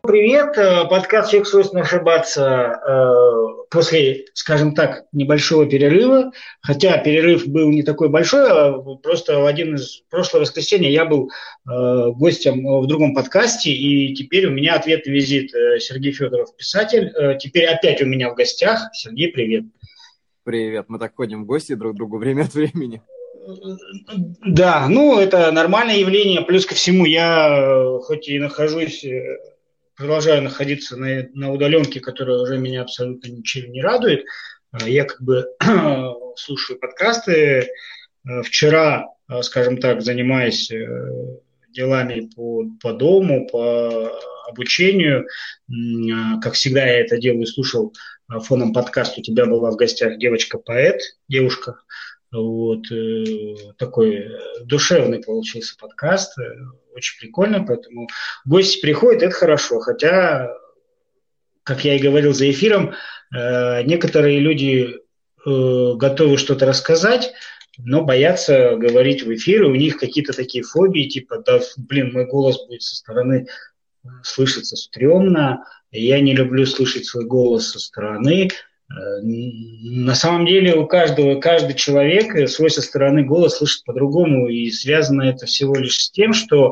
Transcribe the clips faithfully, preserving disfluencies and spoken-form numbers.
Привет, э, подкаст «Человек свойственно ошибаться» э, после, скажем так, небольшого перерыва, хотя перерыв был не такой большой, а просто в один из прошлого воскресенья я был э, гостем в другом подкасте, и теперь у меня ответный визит. Э, Сергей Федоров, писатель, э, теперь опять у меня в гостях. Сергей, привет. Привет, мы так ходим в гости друг к другу время от времени. Да, ну это нормальное явление, плюс ко всему я, э, хоть и нахожусь... э, продолжаю находиться на, на удаленке, которая уже меня абсолютно ничем не радует. Я как бы слушаю подкасты. Вчера, скажем так, занимаясь делами по, по дому, по обучению, как всегда я это делаю, слушал фоном подкаст. У тебя была в гостях девочка-поэт, девушка. Вот, э, такой душевный получился подкаст, э, очень прикольно, поэтому гости приходят, это хорошо, хотя, как я и говорил за эфиром, э, некоторые люди э, готовы что-то рассказать, но боятся говорить в эфир, и у них какие-то такие фобии, типа, да, блин, мой голос будет со стороны слышаться стрёмно, я не люблю слышать свой голос со стороны. На самом деле у каждого, каждый человек свой со стороны голос слышит по-другому, и связано это всего лишь с тем, что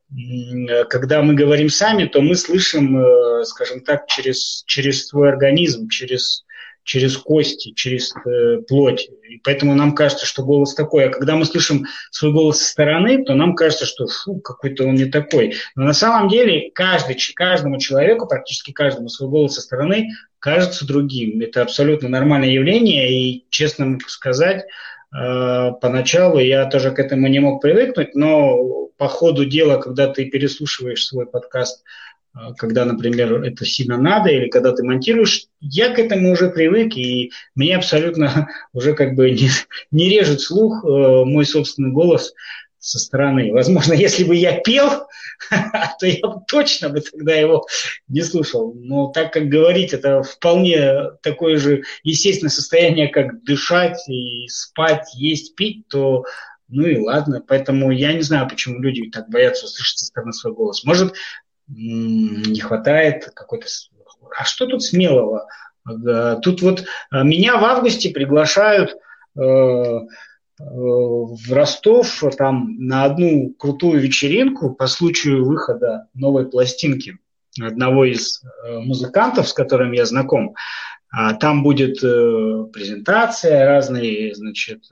когда мы говорим сами, то мы слышим, скажем так, через, через свой организм, через, через кости, через э, плоть. И поэтому нам кажется, что голос такой. А когда мы слышим свой голос со стороны, то нам кажется, что фу, какой-то он не такой. Но на самом деле каждый, каждому человеку, практически каждому, свой голос со стороны кажется другим. Это абсолютно нормальное явление. И, честно могу сказать, э, поначалу я тоже к этому не мог привыкнуть, но по ходу дела, когда ты переслушиваешь свой подкаст, когда, например, это сильно надо, или когда ты монтируешь, я к этому уже привык, и мне абсолютно уже как бы не, не режет слух э, мой собственный голос со стороны. Возможно, если бы я пел, то я бы точно бы тогда его не слушал. Но так как говорить, это вполне такое же естественное состояние, как дышать и спать, есть, пить, то ну и ладно. Поэтому я не знаю, почему люди так боятся услышать со стороны свой голос. Может, не хватает какой-то... А что тут смелого? Тут вот меня в августе приглашают в Ростов там на одну крутую вечеринку по случаю выхода новой пластинки одного из музыкантов, с которым я знаком. Там будет презентация, разные, значит,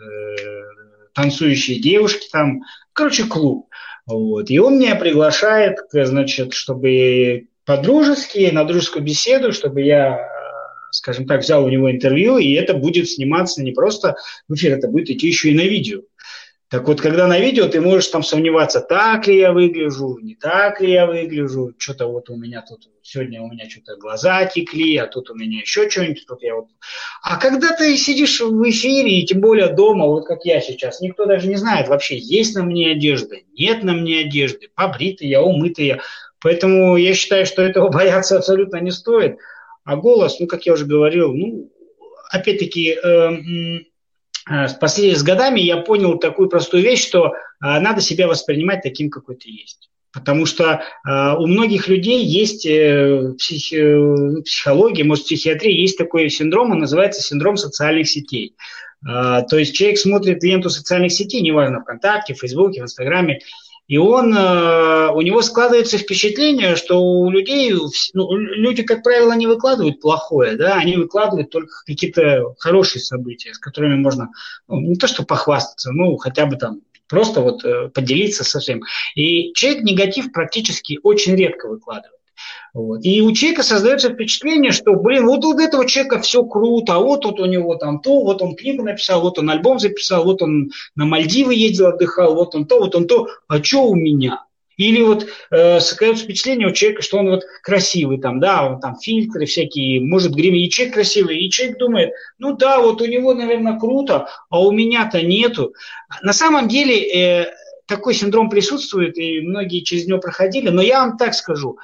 танцующие девушки там. Короче, клуб. Вот. И он меня приглашает, значит, чтобы по-дружески, на дружескую беседу, чтобы я, скажем так, взял у него интервью, и это будет сниматься не просто в эфир, это будет идти еще и на видео. Так вот, когда на видео, ты можешь там сомневаться, так ли я выгляжу, не так ли я выгляжу, что-то вот у меня тут, сегодня у меня что-то глаза текли, а тут у меня еще что-нибудь, тут я вот... А когда ты сидишь в эфире, и тем более дома, вот как я сейчас, никто даже не знает вообще, есть на мне одежда, нет на мне одежды, побритая я, умытая. Поэтому я считаю, что этого бояться абсолютно не стоит. А голос, ну, как я уже говорил, ну, опять-таки... Э- С, послед... с годами я понял такую простую вещь, что э, надо себя воспринимать таким, какой ты есть. Потому что э, у многих людей есть э, псих... э, психология, может, психиатрия, есть такой синдром, он называется синдром социальных сетей. Э, то есть человек смотрит ленту социальных сетей, неважно, ВКонтакте, в Фейсбуке, в Инстаграме, и он, э, у него складывается впечатление, что у людей, ну, люди, как правило, не выкладывают плохое, да, они выкладывают только какие-то хорошие события, с которыми можно, ну, не то что похвастаться, ну, хотя бы там просто вот э, поделиться со всем. И человек негатив практически очень редко выкладывает. Вот. И у человека создается впечатление, что, блин, вот у этого человека все круто, а вот тут у него там то, вот он книгу написал, вот он альбом записал, вот он на Мальдивы ездил, отдыхал, вот он то, вот он то, а что у меня? Или вот э, создается впечатление у человека, что он вот красивый, там, да, он там фильтры всякие, может грим, и человек красивый, и человек думает, ну да, вот у него, наверное, круто, а у меня-то нету. На самом деле... Э, такой синдром присутствует, и многие через него проходили, но я вам так скажу,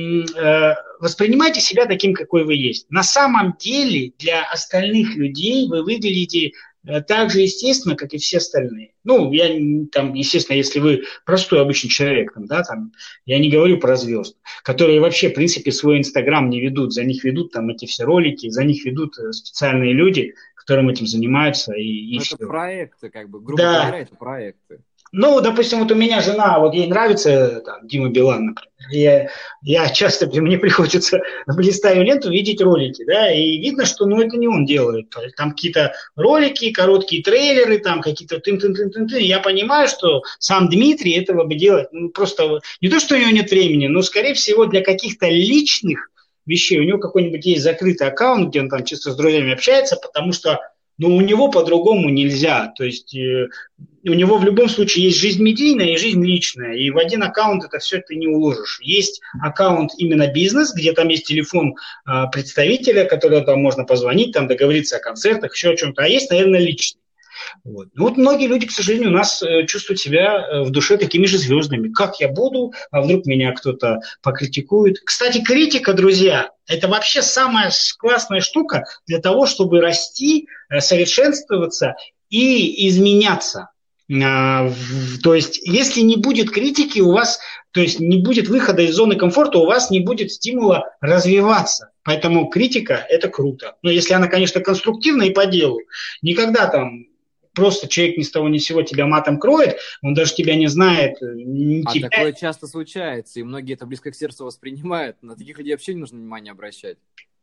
воспринимайте себя таким, какой вы есть. На самом деле для остальных людей вы выглядите так же естественно, как и все остальные. Ну, я там, естественно, если вы простой обычный человек, там, да, там, я не говорю про звезд. которые вообще, в принципе, свой Инстаграм не ведут, за них ведут там эти все ролики, за них ведут специальные люди, которым этим занимаются, и, и Ну, все. это проекты, как бы, грубо Да. говоря, это проекты. Ну, допустим, вот у меня жена, вот ей нравится там, Дима Билан, например. Я, я часто, мне приходится, листаю ленту, видеть ролики, да, и видно, что, ну, это не он делает. Там какие-то ролики, короткие трейлеры, там какие-то тын-тын-тын-тын-тын. Я понимаю, что сам Дмитрий этого бы делать, ну, просто не то, что у него нет времени, но, скорее всего, для каких-то личных вещей у него какой-нибудь есть закрытый аккаунт, где он там чисто с друзьями общается, потому что, ну, у него по-другому нельзя. То есть э, у него в любом случае есть жизнь медийная и жизнь личная. И в один аккаунт это все ты не уложишь. Есть аккаунт именно бизнес, где там есть телефон э, представителя, который там можно позвонить, там договориться о концертах, еще о чем-то. А есть, наверное, личный. Вот. Ну, вот многие люди, к сожалению, у нас э, чувствуют себя э, в душе такими же звездами. Как я буду, а вдруг меня кто-то покритикует. Кстати, критика, друзья, это вообще самая классная штука для того, чтобы расти, э, совершенствоваться и изменяться. А, в, то есть, если не будет критики, у вас, то есть не будет выхода из зоны комфорта, у вас не будет стимула развиваться. Поэтому критика – это круто. Но если она, конечно, конструктивна и по делу. Никогда там просто человек ни с того ни с сего тебя матом кроет, он даже тебя не знает. Не а тебя. Такое часто случается, и многие это близко к сердцу воспринимают. На таких людей вообще не нужно внимания обращать.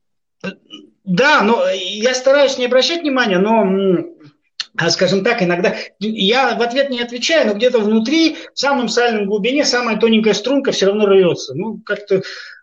Да, но я стараюсь не обращать внимания, но, скажем так, иногда я в ответ не отвечаю, но где-то внутри, в самом сальном глубине, самая тоненькая струнка все равно рвется. Ну, как-то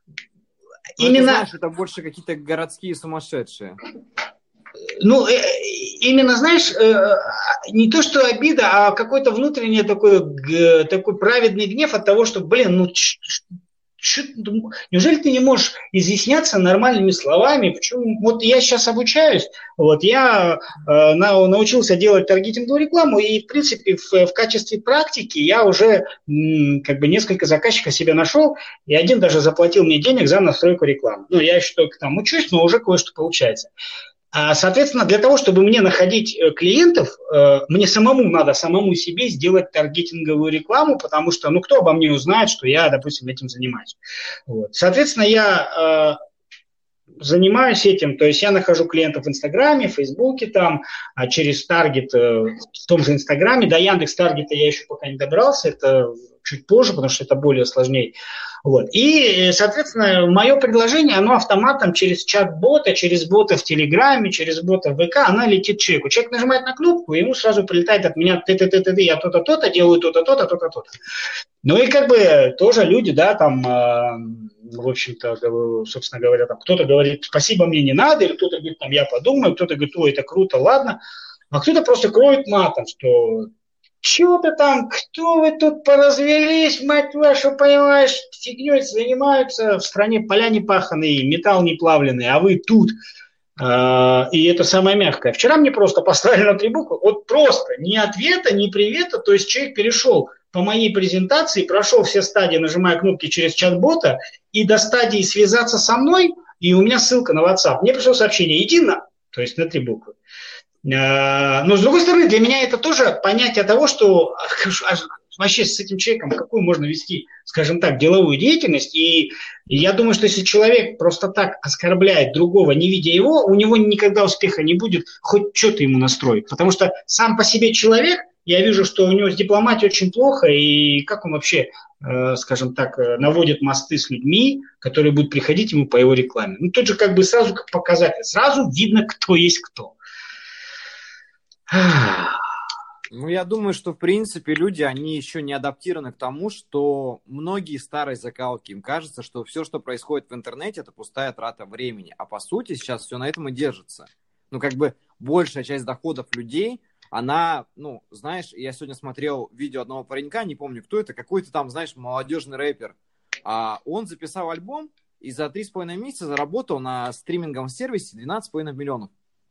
но именно... Это, знаешь, это больше какие-то городские сумасшедшие. Ну, э, именно, знаешь, э, не то, что обида, а какой-то внутренний такой, г, такой праведный гнев от того, что, блин, ну, ч, ч, неужели ты не можешь изъясняться нормальными словами? Почему? Вот я сейчас обучаюсь, вот, я э, на, научился делать таргетинговую рекламу, и, в принципе, в, в качестве практики я уже м, как бы несколько заказчиков себе нашел, и один даже заплатил мне денег за настройку рекламы. Ну, я еще только там учусь, но уже кое-что получается. Соответственно, для того, чтобы мне находить клиентов, мне самому надо самому себе сделать таргетинговую рекламу, потому что, ну, кто обо мне узнает, что я, допустим, этим занимаюсь. Вот. Соответственно, я э, занимаюсь этим, то есть я нахожу клиентов в Инстаграме, в Фейсбуке, там, а через Таргет э, в том же Инстаграме. До Яндекс.Таргета я еще пока не добрался, это чуть позже, потому что это более сложнее. Вот. И, соответственно, мое предложение, оно автоматом через чат-бота, через бота в Телеграме, через бота в ВК, она летит человеку. Человек нажимает на кнопку, ему сразу прилетает от меня ты-ты-ты-ты, я то-то, то-то, делаю то-то, то-то, то-то, то-то. Ну и как бы тоже люди, да, там, э, в общем-то, собственно говоря, там кто-то говорит, спасибо, мне не надо, или кто-то говорит, там, я подумаю, кто-то говорит, ой, это круто, ладно. А кто-то просто кроет матом, что... Чего-то там, кто вы тут поразвелись, мать вашу, понимаешь, фигней занимаются, в стране поля не паханые, металл не плавленый, а вы тут. Э, и это самое мягкое. Вчера мне просто поставили на три буквы, вот просто, ни ответа, ни привета, то есть человек перешел по моей презентации, прошел все стадии, нажимая кнопки через чат-бота, и до стадии связаться со мной, и у меня ссылка на WhatsApp. Мне пришло сообщение, иди на, то есть на три буквы. Но, с другой стороны, для меня это тоже понятие того, что вообще с этим человеком какую можно вести, скажем так, деловую деятельность. И я думаю, что если человек просто так оскорбляет другого, не видя его, у него никогда успеха не будет, хоть что-то ему настроить. Потому что сам по себе человек, я вижу, что у него с дипломатией очень плохо, и как он вообще, скажем так, наводит мосты с людьми, которые будут приходить ему по его рекламе. Ну, тут же как бы сразу как показатель, сразу видно, кто есть кто. Ну, я думаю, что, в принципе, люди, они еще не адаптированы к тому, что многие старые закалки, им кажется, что все, что происходит в интернете, это пустая трата времени. А по сути сейчас все на этом и держится. Ну, как бы большая часть доходов людей, она, ну, знаешь, я сегодня смотрел видео одного паренька, не помню, кто это, какой-то там, знаешь, молодежный рэпер. А он записал альбом и за три с половиной месяца заработал на стриминговом сервисе двенадцать с половиной миллионов.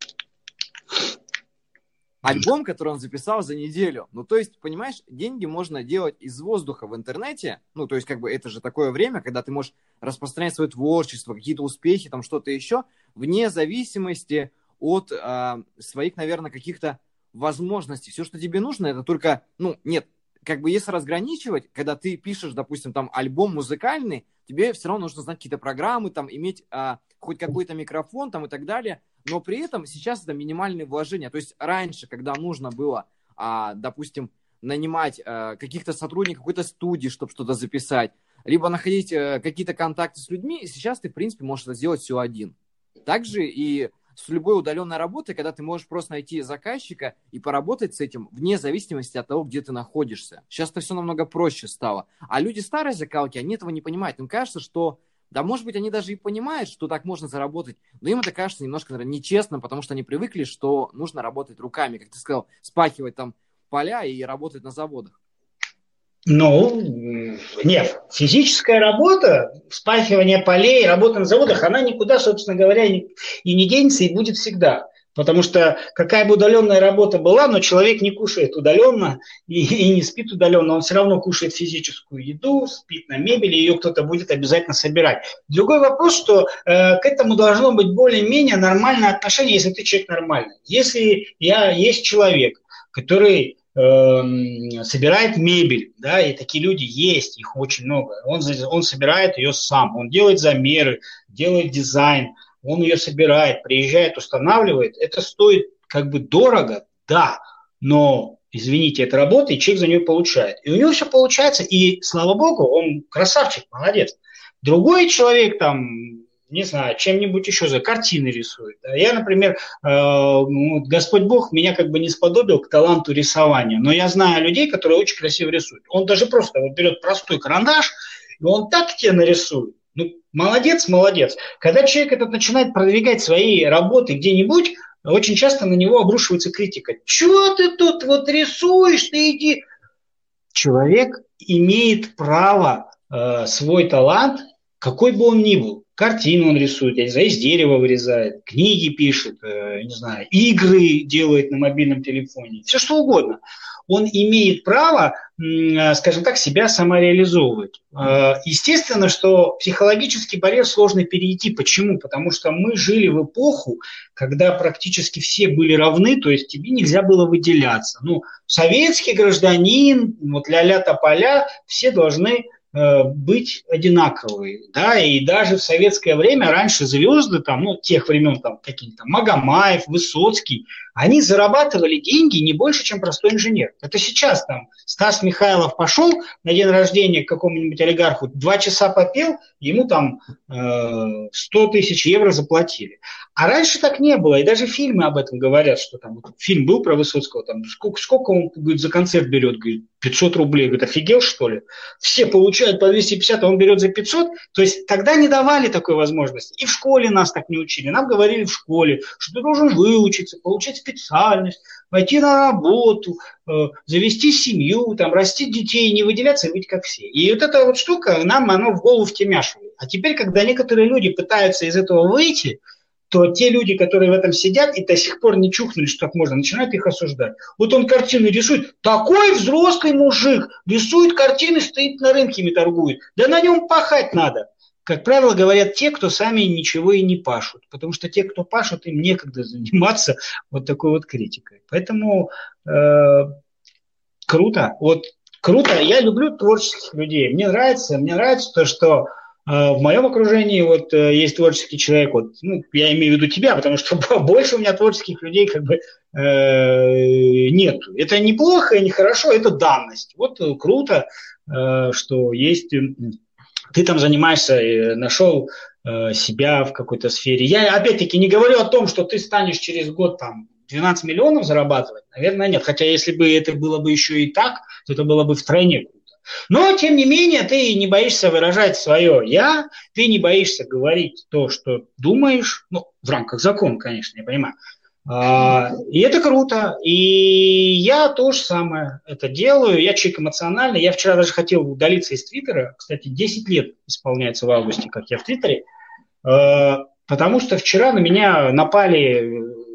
Альбом, который он записал за неделю. Ну, то есть, понимаешь, деньги можно делать из воздуха в интернете. Ну, то есть, как бы, это же такое время, когда ты можешь распространять свое творчество, какие-то успехи, там, что-то еще, вне зависимости от э, своих, наверное, каких-то возможностей. Все, что тебе нужно, это только, ну, нет, как бы, если разграничивать, когда ты пишешь, допустим, там, альбом музыкальный, тебе все равно нужно знать какие-то программы, там, иметь а, хоть какой-то микрофон там, и так далее. Но при этом сейчас это минимальные вложения. То есть раньше, когда нужно было, а, допустим, нанимать а, каких-то сотрудников какой-то студии, чтобы что-то записать, либо находить а, какие-то контакты с людьми, сейчас ты, в принципе, можешь это сделать все один. Также и с любой удаленной работой, когда ты можешь просто найти заказчика и поработать с этим вне зависимости от того, где ты находишься. Сейчас это все намного проще стало. А люди старой закалки, они этого не понимают. Им кажется, что, да, может быть, они даже и понимают, что так можно заработать, но им это кажется немножко, наверное, нечестно, потому что они привыкли, что нужно работать руками, как ты сказал, спахивать там поля и работать на заводах. Ну, нет, физическая работа, вспахивание полей, работа на заводах, она никуда, собственно говоря, и не денется, и будет всегда. Потому что какая бы удаленная работа была, но человек не кушает удаленно и, и не спит удаленно, он все равно кушает физическую еду, спит на мебели, ее кто-то будет обязательно собирать. Другой вопрос, что э, к этому должно быть более-менее нормальное отношение, если ты человек нормальный. Если я есть человек, который собирает мебель, да, и такие люди есть, их очень много. Он, он собирает ее сам, он делает замеры, делает дизайн, он ее собирает, приезжает, устанавливает. Это стоит как бы дорого, да, но, извините, это работа, и человек за нее получает. И у него все получается, и, слава богу, он красавчик, молодец. Другой человек там, не знаю, чем-нибудь еще за картины рисует. Я, например, э, Господь Бог меня как бы не сподобил к таланту рисования, но я знаю людей, которые очень красиво рисуют. Он даже просто вот берет простой карандаш, и он так тебе нарисует. Ну, молодец, молодец. Когда человек этот начинает продвигать свои работы где-нибудь, очень часто на него обрушивается критика. Чего ты тут вот рисуешь, ты иди. Человек имеет право э, свой талант, какой бы он ни был. Картину он рисует, я не знаю, из дерева вырезает, книги пишет, э, не знаю, игры делает на мобильном телефоне, все что угодно. Он имеет право, э, скажем так, себя самореализовывать. Э, естественно, что психологический барьер сложно перейти. Почему? Потому что мы жили в эпоху, когда практически все были равны, то есть тебе нельзя было выделяться. Ну, советский гражданин, вот ля-ля тополя, все должны быть одинаковые, да, и даже в советское время раньше звезды, там, ну, тех времен, там, какие-то Магомаев, Высоцкий, они зарабатывали деньги не больше, чем простой инженер. Это сейчас, там, Стас Михайлов пошел на день рождения к какому-нибудь олигарху, два часа попел, ему там э, сто тысяч евро заплатили. А раньше так не было, и даже фильмы об этом говорят, что там, вот, фильм был про Высоцкого, там, сколько, сколько он, говорит, за концерт берет, говорит, пятьсот рублей, говорит, офигел, что ли? Все получают по двести пятьдесят, а он берет за пятьсот, то есть тогда не давали такой возможности. И в школе нас так не учили. Нам говорили в школе, что ты должен выучиться, получать специальность, пойти на работу, э, завести семью, там, растить детей, не выделяться и быть как все. И вот эта вот штука, нам оно в голову втемяшивает. А теперь, когда некоторые люди пытаются из этого выйти, то те люди, которые в этом сидят и до сих пор не чухнули, что так можно, начинают их осуждать. Вот он картины рисует. Такой взрослый мужик рисует картины, стоит на рынке и торгует. Да на нем пахать надо. Как правило, говорят те, кто сами ничего и не пашут. Потому что те, кто пашут, им некогда заниматься вот такой вот критикой. Поэтому э, круто. Вот круто. Я люблю творческих людей. Мне нравится, мне нравится то, что в моем окружении вот есть творческий человек, вот, ну, я имею в виду тебя, потому что больше у меня творческих людей как бы э, нет. Это не плохо и не хорошо, это данность. Вот круто, э, что есть, ты там занимаешься, нашел э, себя в какой-то сфере. Я опять-таки не говорю о том, что ты станешь через год там двенадцать миллионов зарабатывать, наверное, нет. Хотя если бы это было бы еще и так, то это было бы втройне круто. Но, тем не менее, ты не боишься выражать свое «я», ты не боишься говорить то, что думаешь, ну, в рамках закона, конечно, я понимаю. А, и это круто. И я то же самое это делаю. Я человек эмоциональный. Я вчера даже хотел удалиться из Твиттера. Кстати, десять лет исполняется в августе, как я в Твиттере. А, потому что вчера на меня напали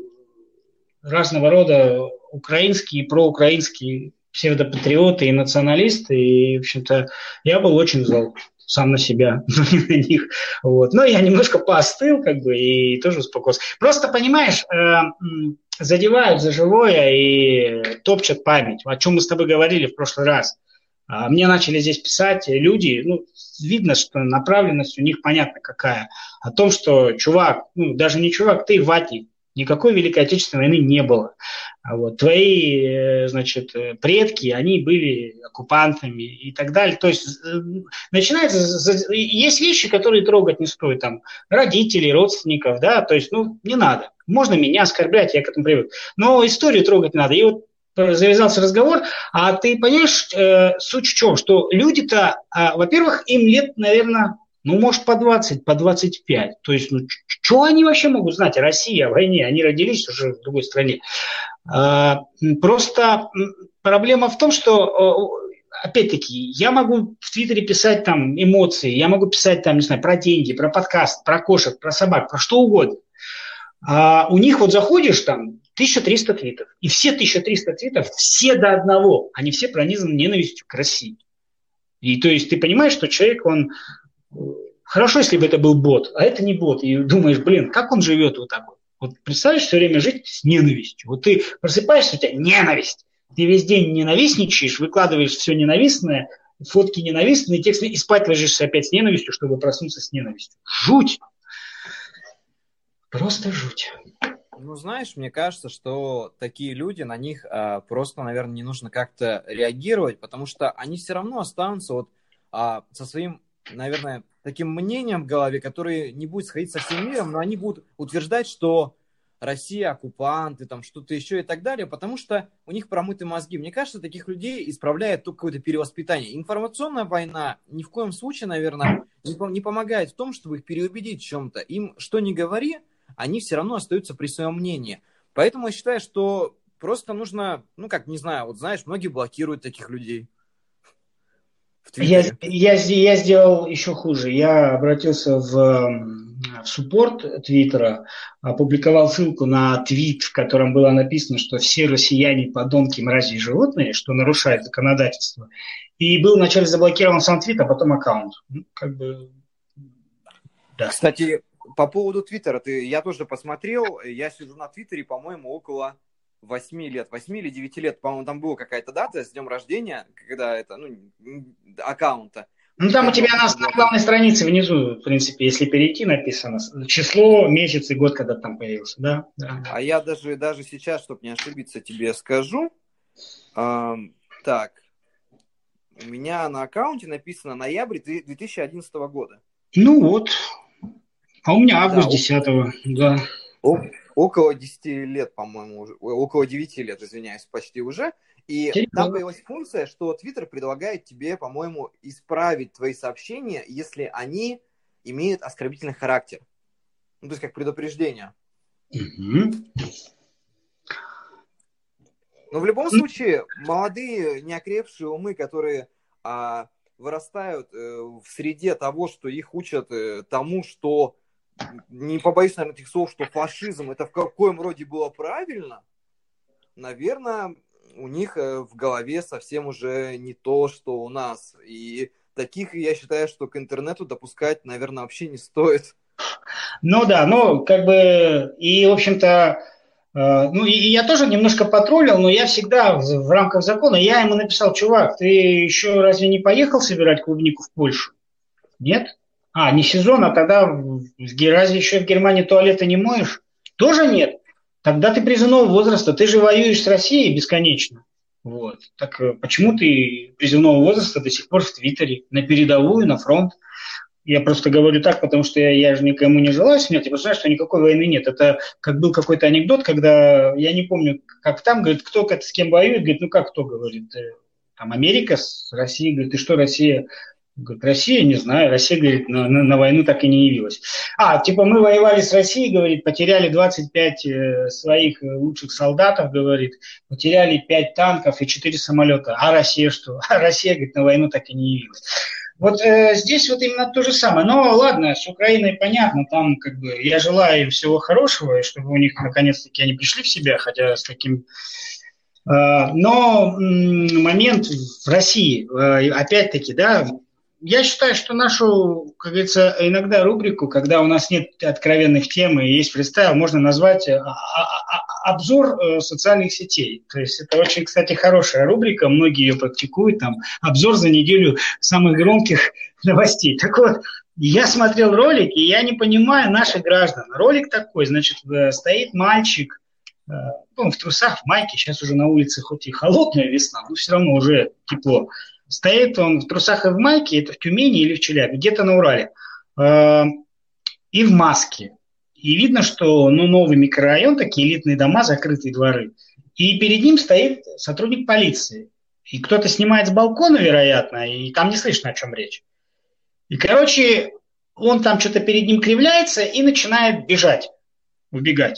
разного рода украинские и проукраинские псевдопатриоты и националисты, и, в общем-то, я был очень зол сам на себя, на них. Вот. Но я немножко поостыл, как бы, и тоже успокоился. Просто, понимаешь, задевают за живое и топчат память, о чем мы с тобой говорили в прошлый раз. А мне начали здесь писать люди, ну, видно, что направленность у них понятна какая. О том, что чувак, ну, даже не чувак, ты ватник. Никакой Великой Отечественной войны не было. А вот твои, значит, предки, они были оккупантами и так далее. То есть начинается, есть вещи, которые трогать не стоит, там, родителей, родственников, да, то есть, ну, не надо. Можно меня оскорблять, я к этому привык. Но историю трогать не надо. И вот завязался разговор, а ты понимаешь, э, суть в чем, что люди-то, э, во-первых, им лет, наверное, ну, может, по двадцать, по двадцать пять. То есть, ну, что они вообще могут знать о России, о войне? Они родились уже в другой стране. Э, просто проблема в том, что, э, опять-таки, я могу в Твиттере писать там эмоции, я могу писать там, не знаю, про деньги, про подкаст, про кошек, про собак, про что угодно. А у них вот заходишь там, тысяча триста твитов. И все тысяча триста твитов, все до одного, они все пронизаны ненавистью к России. И то есть ты понимаешь, что человек, он... Хорошо, если бы это был бот, а это не бот. И думаешь, блин, как он живет вот так вот? Вот представляешь, все время жить с ненавистью. Вот ты просыпаешься, у тебя ненависть. Ты весь день ненавистничаешь, выкладываешь все ненавистное, фотки ненавистные, тексты, и спать ложишься опять с ненавистью, чтобы проснуться с ненавистью. Жуть! Просто жуть. Ну, знаешь, мне кажется, что такие люди, на них а, просто, наверное, не нужно как-то реагировать, потому что они все равно останутся вот а, со своим, наверное, таким мнением в голове, которое не будет сходить со всем миром, но они будут утверждать, что Россия оккупанты, там что-то еще и так далее, потому что у них промыты мозги. Мне кажется, таких людей исправляет только какое-то перевоспитание. Информационная война ни в коем случае, наверное, не, не помогает в том, чтобы их переубедить в чем-то. Им что ни говори, они все равно остаются при своем мнении. Поэтому я считаю, что просто нужно, ну как, не знаю, вот знаешь, многие блокируют таких людей. Я, я, я сделал еще хуже. Я обратился в, в суппорт Твиттера, опубликовал ссылку на твит, в котором было написано, что все россияне подонки, мрази и животные, что нарушает законодательство. И был вначале заблокирован сам твит, а потом аккаунт. Ну, как бы, да. Кстати, по поводу Твиттера, ты, я тоже посмотрел, я сижу на Твиттере, по-моему, около восьми лет, восьми или девяти лет, по-моему, там была какая-то дата с днем рождения, когда это, ну, аккаунта. Ну, там у тебя на, на главной странице внизу, в принципе, если перейти, написано число, месяц и год, когда там появился, да? да. А я даже, даже сейчас, чтобы не ошибиться, тебе скажу. Эм, так, у меня на аккаунте написано ноябрь две тысячи одиннадцатого года. Ну вот, а у меня август десятого, да. О, около десяти лет, по-моему, уже, около девяти лет, извиняюсь, почти уже. И Серьезно? Там появилась функция, что Twitter предлагает тебе, по-моему, исправить твои сообщения, если они имеют оскорбительный характер. Ну, то есть как предупреждение. Угу. Но в любом случае, молодые, неокрепшие умы, которые а, вырастают э, в среде того, что их учат э, тому, что, не побоюсь, наверное, этих слов, что фашизм это в каком роде было правильно, наверное, у них в голове совсем уже не то, что у нас. И таких, я считаю, что к интернету допускать, наверное, вообще не стоит. Ну да, ну как бы, и в общем-то, э, ну и, и я тоже немножко потроллил, но я всегда в, в рамках закона, я ему написал, чувак, ты еще разве не поехал собирать клубнику в Польшу? Нет? А, не сезон, а тогда в, разве еще в Германии туалеты не моешь? Тоже нет? Тогда ты призывного возраста, ты же воюешь с Россией бесконечно. Вот. Так почему ты призывного возраста до сих пор в Твиттере, на передовую, на фронт? Я просто говорю так, потому что я, я же никому не желаю смерти, потому что никакой войны нет. Это как был какой-то анекдот, когда, я не помню, как там, говорит, кто с кем воюет, говорит, ну как кто, говорит, там Америка с Россией, говорит, ты что, Россия? Говорит, Россия, не знаю, Россия, говорит, на, на, на войну так и не явилась. А, типа мы воевали с Россией, говорит, потеряли двадцать пять э, своих лучших солдатов, говорит, потеряли пять танков и четыре самолета. А Россия что? А Россия, говорит, на войну так и не явилась. Вот э, здесь вот именно то же самое. Но ладно, с Украиной понятно, там как бы я желаю им всего хорошего, и чтобы у них наконец-таки они пришли в себя, хотя с таким... Э, но м- момент в России, э, опять-таки, да, я считаю, что нашу, как говорится, иногда рубрику, когда у нас нет откровенных тем и есть фристайл, можно назвать обзор э, социальных сетей. То есть это очень, кстати, хорошая рубрика, многие ее практикуют, там, обзор за неделю самых громких новостей. Так вот, я смотрел ролик, и я не понимаю наших граждан. Ролик такой, значит, стоит мальчик, э, ну, в трусах, в майке, сейчас уже на улице хоть и холодная весна, но все равно уже тепло. Стоит он в трусах и в майке, это в Тюмени или в Челябе, где-то на Урале, э, и в маске. И видно, что ну, новый микрорайон, такие элитные дома, закрытые дворы. И перед ним стоит сотрудник полиции. И кто-то снимает с балкона, вероятно, и там не слышно, о чем речь. И, короче, он там что-то перед ним кривляется и начинает бежать, убегать.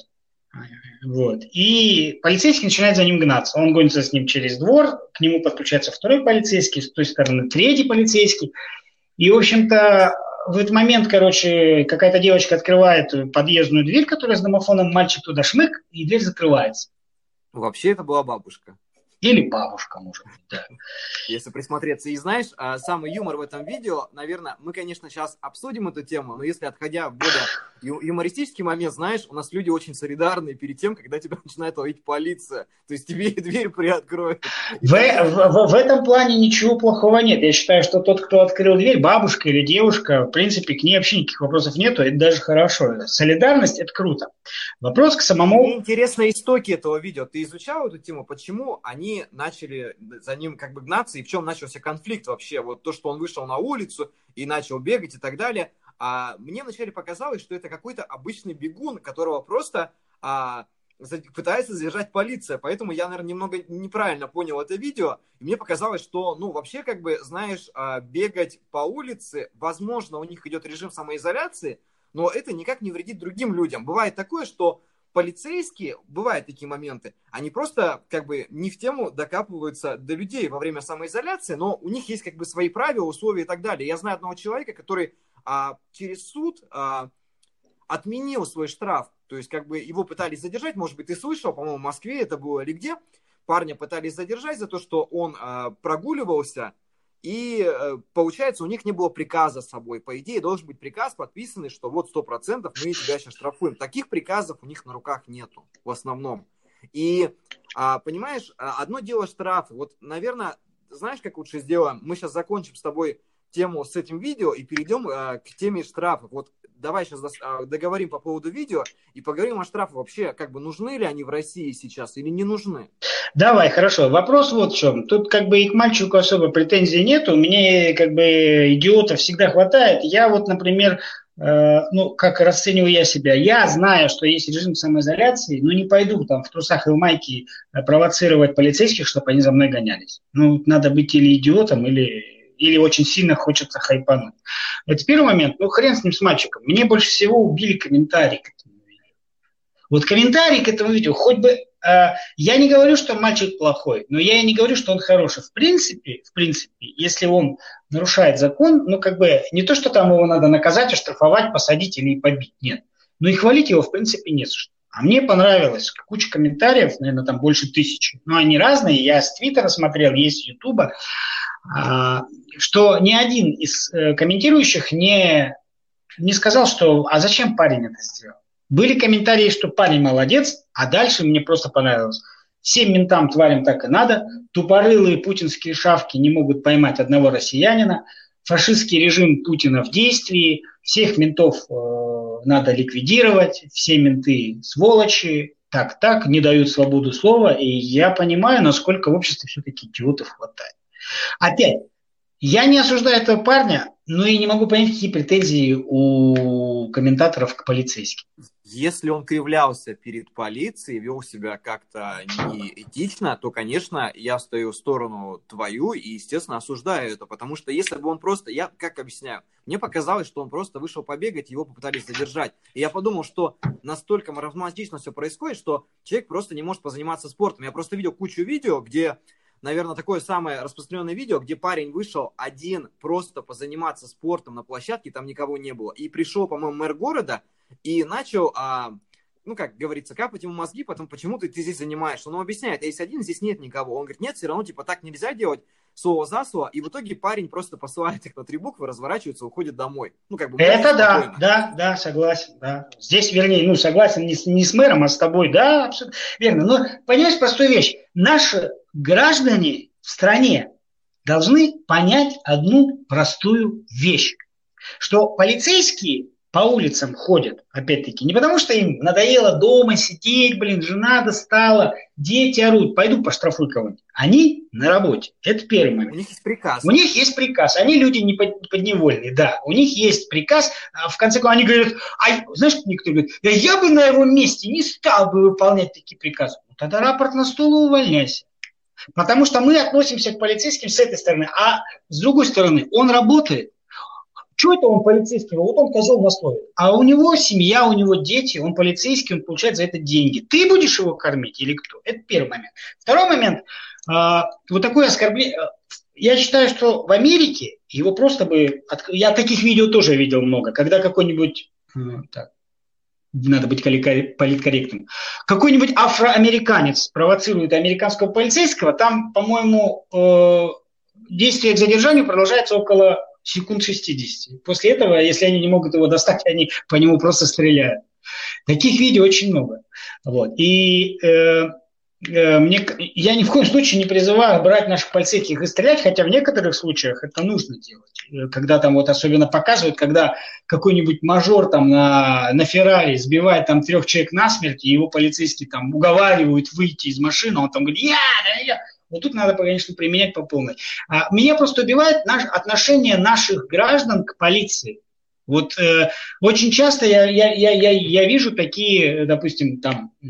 Вот. И полицейский начинает за ним гнаться. Он гонится с ним через двор, к нему подключается второй полицейский, с той стороны третий полицейский. И, в общем-то, в этот момент, короче, какая-то девочка открывает подъездную дверь, которая с домофоном, мальчик туда шмык, и дверь закрывается. Вообще это была бабушка. Или бабушка, может быть, да. Если присмотреться. И знаешь, самый юмор в этом видео, наверное, мы, конечно, сейчас обсудим эту тему, но если отходя в более юмористический момент, знаешь, у нас люди очень солидарные перед тем, когда тебя начинает ловить полиция. То есть тебе дверь приоткроют. В, в, в этом плане ничего плохого нет. Я считаю, что тот, кто открыл дверь, бабушка или девушка, в принципе, к ней вообще никаких вопросов нету. Это даже хорошо. Солидарность – это круто. Вопрос к самому... Мне интересны истоки этого видео. Ты изучал эту тему? Почему они начали за ним как бы гнаться, и в чем начался конфликт вообще? Вот то, что он вышел на улицу и начал бегать и так далее. А мне вначале показалось, что это какой-то обычный бегун, которого просто а, пытается задержать полиция. Поэтому я, наверное, немного неправильно понял это видео. И мне показалось, что, ну, вообще, как бы, знаешь, а, бегать по улице, возможно, у них идет режим самоизоляции, но это никак не вредит другим людям. Бывает такое, что полицейские, бывают такие моменты, они просто как бы не в тему докапываются до людей во время самоизоляции, но у них есть как бы свои правила, условия и так далее. Я знаю одного человека, который а, через суд а, отменил свой штраф, то есть как бы его пытались задержать, может быть, ты слышал, по-моему, в Москве это было или где, парня пытались задержать за то, что он а, прогуливался, и получается, у них не было приказа с собой. По идее, должен быть приказ подписанный, что вот сто процентов мы тебя сейчас штрафуем. Таких приказов у них на руках нету в основном. И, понимаешь, одно дело штрафы. Вот, наверное, знаешь, как лучше сделаем? Мы сейчас закончим с тобой тему с этим видео и перейдем к теме штрафов. Вот давай сейчас договорим по поводу видео и поговорим о штрафах. Вообще, как бы нужны ли они в России сейчас или не нужны? Давай, хорошо. Вопрос вот в чем. Тут как бы и к мальчику особо претензий нету. Мне как бы идиотов всегда хватает. Я вот, например, э, ну, как расцениваю я себя. Я знаю, что есть режим самоизоляции, но не пойду там в трусах и в майке провоцировать полицейских, чтобы они за мной гонялись. Ну, надо быть или идиотом, или, или очень сильно хочется хайпануть. Это первый момент. Ну, хрен с ним, с мальчиком. Мне больше всего убили комментарии к этому видео. Вот комментарии к этому видео, хоть бы... Я не говорю, что мальчик плохой, но я и не говорю, что он хороший. В принципе, в принципе, если он нарушает закон, ну, как бы, не то, что там его надо наказать, оштрафовать, посадить или побить, нет. Но и хвалить его, в принципе, не за что. А мне понравилось. Куча комментариев, наверное, там больше тысячи. Но они разные. Я с Твиттера смотрел, есть с Ютуба. Что ни один из комментирующих не, не сказал, что «а зачем парень это сделал?». Были комментарии, что парень молодец, а дальше мне просто понравилось. Всем ментам, тварям так и надо. Тупорылые путинские шавки не могут поймать одного россиянина. Фашистский режим Путина в действии. Всех ментов э, надо ликвидировать. Все менты сволочи. Так, так, не дают свободу слова. И я понимаю, насколько в обществе все-таки идиотов хватает. Опять, я не осуждаю этого парня, но и не могу понять, какие претензии у комментаторов к полицейским. Если он кривлялся перед полицией, вел себя как-то неэтично, то, конечно, я стою в сторону твою и, естественно, осуждаю это. Потому что если бы он просто... Я как объясняю? Мне показалось, что он просто вышел побегать, его попытались задержать. И я подумал, что настолько маразматично все происходит, что человек просто не может позаниматься спортом. Я просто видел кучу видео, где... Наверное, такое самое распространенное видео, где парень вышел один просто позаниматься спортом на площадке, там никого не было. И пришел, по-моему, мэр города и начал, а, ну, как говорится, капать ему мозги, потом почему ты, ты здесь занимаешься. Он ему объясняет, я здесь один, здесь нет никого. Он говорит, нет, все равно, типа, так нельзя делать. слово за слово, и в итоге парень просто посылает их на три буквы, разворачивается, уходит домой. Ну, как бы, это да, спокойно. да, да, согласен, да. Здесь, вернее, ну, согласен не с, не с мэром, а с тобой, да, абсолютно верно. Но понимаешь простую вещь, наши граждане в стране должны понять одну простую вещь, что полицейские по улицам ходят, опять-таки, не потому что им надоело дома сидеть, блин, жена достала, дети орут, пойду поштрафую кого-нибудь. Они на работе. Это первый момент. У них есть приказ. У них есть приказ. Они люди не подневольные, да. У них есть приказ. А в конце концов, они говорят, а знаешь, некоторые говорят, я, я бы на его месте не стал бы выполнять такие приказы. Ну, тогда рапорт на стол и увольняйся. Потому что мы относимся к полицейским с этой стороны. А с другой стороны, он работает. Что это он полицейский? Вот он козел на слове. А у него семья, у него дети, он полицейский, он получает за это деньги. Ты будешь его кормить или кто? Это первый момент. Второй момент. Вот такое оскорбление. Я считаю, что в Америке его просто бы... Я таких видео тоже видел много. Когда какой-нибудь... Так, надо быть политкорректным. Какой-нибудь афроамериканец провоцирует американского полицейского, там, по-моему, действие к задержанию продолжается около... секунд шестьдесят. После этого, если они не могут его достать, они по нему просто стреляют. Таких видео очень много. Вот. И э, э, мне, я ни в коем случае не призываю брать наших полицейских и стрелять, хотя в некоторых случаях это нужно делать. Когда там вот особенно показывают, когда какой-нибудь мажор там на, на Феррари сбивает там трех человек насмерть, и его полицейские там уговаривают выйти из машины, он там говорит, я, я. Вот тут надо, конечно, применять по полной. А меня просто убивает наш, отношение наших граждан к полиции. Вот э, очень часто я, я, я, я, я вижу такие, допустим, там, э,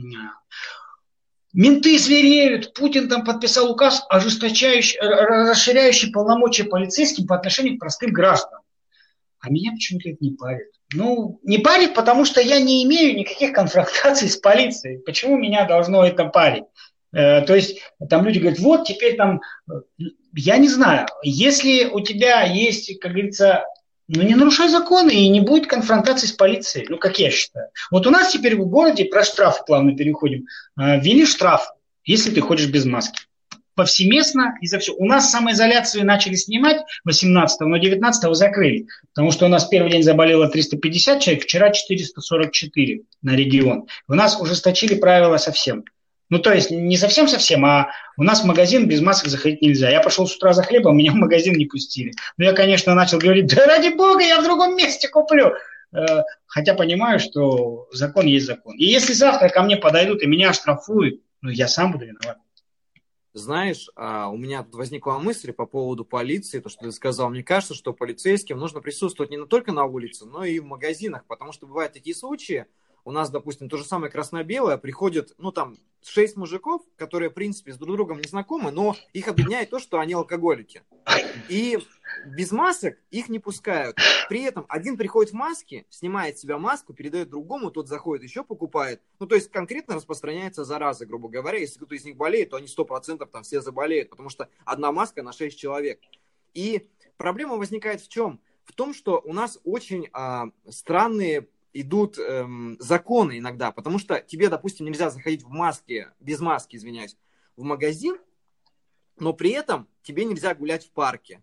менты свирепеют, Путин там подписал указ, ожесточающий, расширяющий полномочия полицейским по отношению к простым гражданам. А меня почему-то это не парит. Ну, не парит, потому что я не имею никаких конфронтаций с полицией. Почему меня должно это парить? То есть там люди говорят, вот теперь там, я не знаю, если у тебя есть, как говорится, ну не нарушай законы и не будет конфронтации с полицией, ну как я считаю. Вот у нас теперь в городе, про штрафы плавно переходим, ввели штраф, если ты ходишь без маски. Повсеместно и за все. У нас самоизоляцию начали снимать восемнадцатого, но девятнадцатого закрыли, потому что у нас первый день заболело триста пятьдесят человек, вчера четыреста сорок четыре на регион. У нас ужесточили правила совсем. Ну, то есть, не совсем-совсем, а у нас в магазин без масок заходить нельзя. Я пошел с утра за хлебом, меня в магазин не пустили. Ну, я, конечно, начал говорить, да ради бога, я в другом месте куплю. Хотя понимаю, что закон есть закон. И если завтра ко мне подойдут и меня оштрафуют, ну, я сам буду виноват. Знаешь, у меня тут возникла мысль по поводу полиции, то, что ты сказал. Мне кажется, что полицейским нужно присутствовать не только на улице, но и в магазинах, потому что бывают такие случаи. У нас, допустим, то же самое красно-белое, приходит, ну, там, шесть мужиков, которые, в принципе, с друг другом не знакомы, но их объединяет то, что они алкоголики. И без масок их не пускают. При этом один приходит в маске, снимает с себя маску, передает другому, тот заходит, еще покупает. Ну, то есть конкретно распространяется зараза, грубо говоря. Если кто-то из них болеет, то они сто процентов там все заболеют, потому что одна маска на шесть человек. И проблема возникает в чем? В том, что у нас очень а, странные идут эм, законы иногда, потому что тебе, допустим, нельзя заходить в маске, без маски, извиняюсь, в магазин, но при этом тебе нельзя гулять в парке.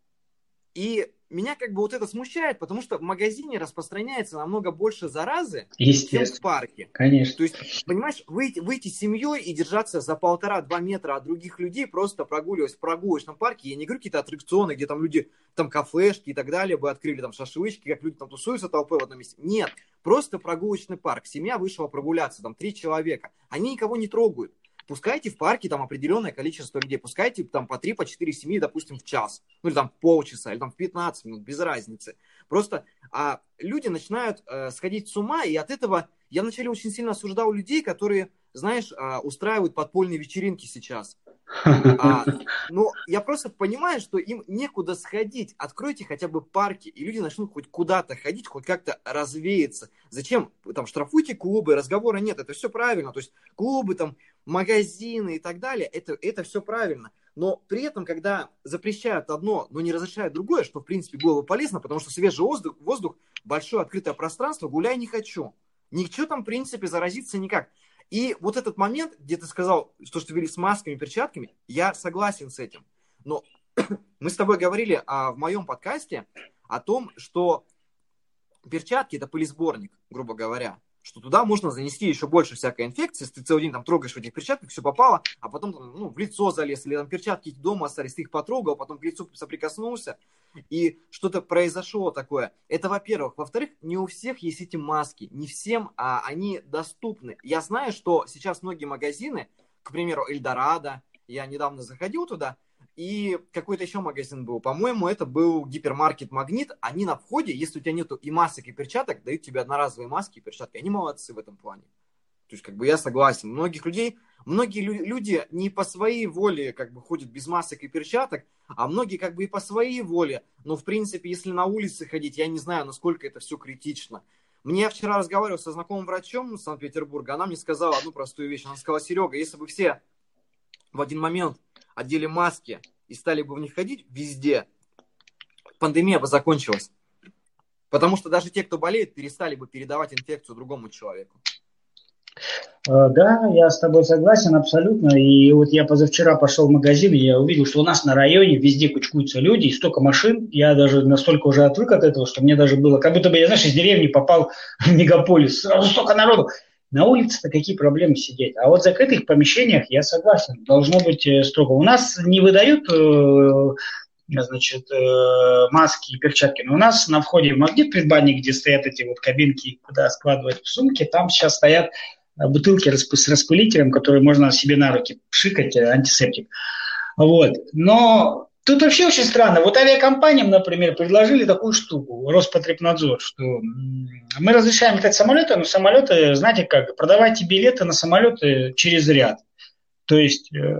И меня как бы вот это смущает, потому что в магазине распространяется намного больше заразы, чем в парке. Конечно. То есть, понимаешь, выйти, выйти с семьей и держаться за полтора-два метра от других людей, просто прогуливаясь в прогулочном парке. Я не говорю какие-то аттракционы, где там люди, там кафешки и так далее бы открыли, там шашлычки, как люди там тусуются толпой в одном месте. Нет, просто прогулочный парк. Семья вышла прогуляться, там три человека. Они никого не трогают. Пускайте в парке там определенное количество людей, пускайте там по три, по четыре семьи, допустим, в час, ну или там в полчаса, или там в пятнадцать минут, без разницы. Просто а, люди начинают э, сходить с ума, и от этого я вначале очень сильно осуждал людей, которые, знаешь, э, устраивают подпольные вечеринки сейчас. А, но я просто понимаю, что им некуда сходить. Откройте хотя бы парки, и люди начнут хоть куда-то ходить, хоть как-то развеяться. Зачем? Там штрафуйте клубы, разговора нет, это все правильно. То есть клубы, там, магазины и так далее, это, это все правильно. Но при этом, когда запрещают одно, но не разрешают другое, что в принципе было бы полезно, потому что свежий воздух, воздух, большое открытое пространство, гуляй не хочу. Ничего там в принципе заразиться никак. И вот этот момент, где ты сказал, что, что вели с масками, перчатками, я согласен с этим. Но мы с тобой говорили а, в моем подкасте о том, что перчатки – это пылесборник, грубо говоря, что туда можно занести еще больше всякой инфекции, если ты целый день там трогаешь в этих перчатках, все попало, а потом ну, в лицо залез, или там перчатки дома остались, ты их потрогал, потом к лицу соприкоснулся, и что-то произошло такое. Это, во-первых. Во-вторых, не у всех есть эти маски, не всем а, они доступны. Я знаю, что сейчас многие магазины, к примеру, Эльдорадо, я недавно заходил туда, и какой-то еще магазин был. По-моему, это был гипермаркет «Магнит». Они на входе, если у тебя нету и масок, и перчаток, дают тебе одноразовые маски и перчатки. Они молодцы в этом плане. То есть, как бы, я согласен. Многих людей, многие люди не по своей воле, как бы, ходят без масок и перчаток, а многие, как бы, и по своей воле. Но, в принципе, если на улице ходить, я не знаю, насколько это все критично. Мне я вчера разговаривал со знакомым врачом из Санкт-Петербурга. Она мне сказала одну простую вещь. Она сказала: Серега, если бы все в один момент одели маски и стали бы в них ходить везде, пандемия бы закончилась. Потому что даже те, кто болеет, перестали бы передавать инфекцию другому человеку. Да, я с тобой согласен абсолютно. И вот я позавчера пошел в магазин, и я увидел, что у нас на районе везде кучкуются люди, и столько машин. Я даже настолько уже отвык от этого, что мне даже было, как будто бы я, знаешь, из деревни попал в мегаполис. Сразу столько народу. На улице-то какие проблемы сидеть? А вот в закрытых помещениях я согласен, должно быть строго. У нас не выдают значит, маски и перчатки, но у нас на входе в Магнит предбанник, где стоят эти вот кабинки, куда складывать сумки, там сейчас стоят бутылки с распылителем, которые можно себе на руки пшикать, антисептик. Вот. Но тут вообще очень странно. Вот авиакомпаниям, например, предложили такую штуку, Роспотребнадзор, что мы разрешаем летать самолеты, но самолеты, знаете как, продавайте билеты на самолеты через ряд. То есть э,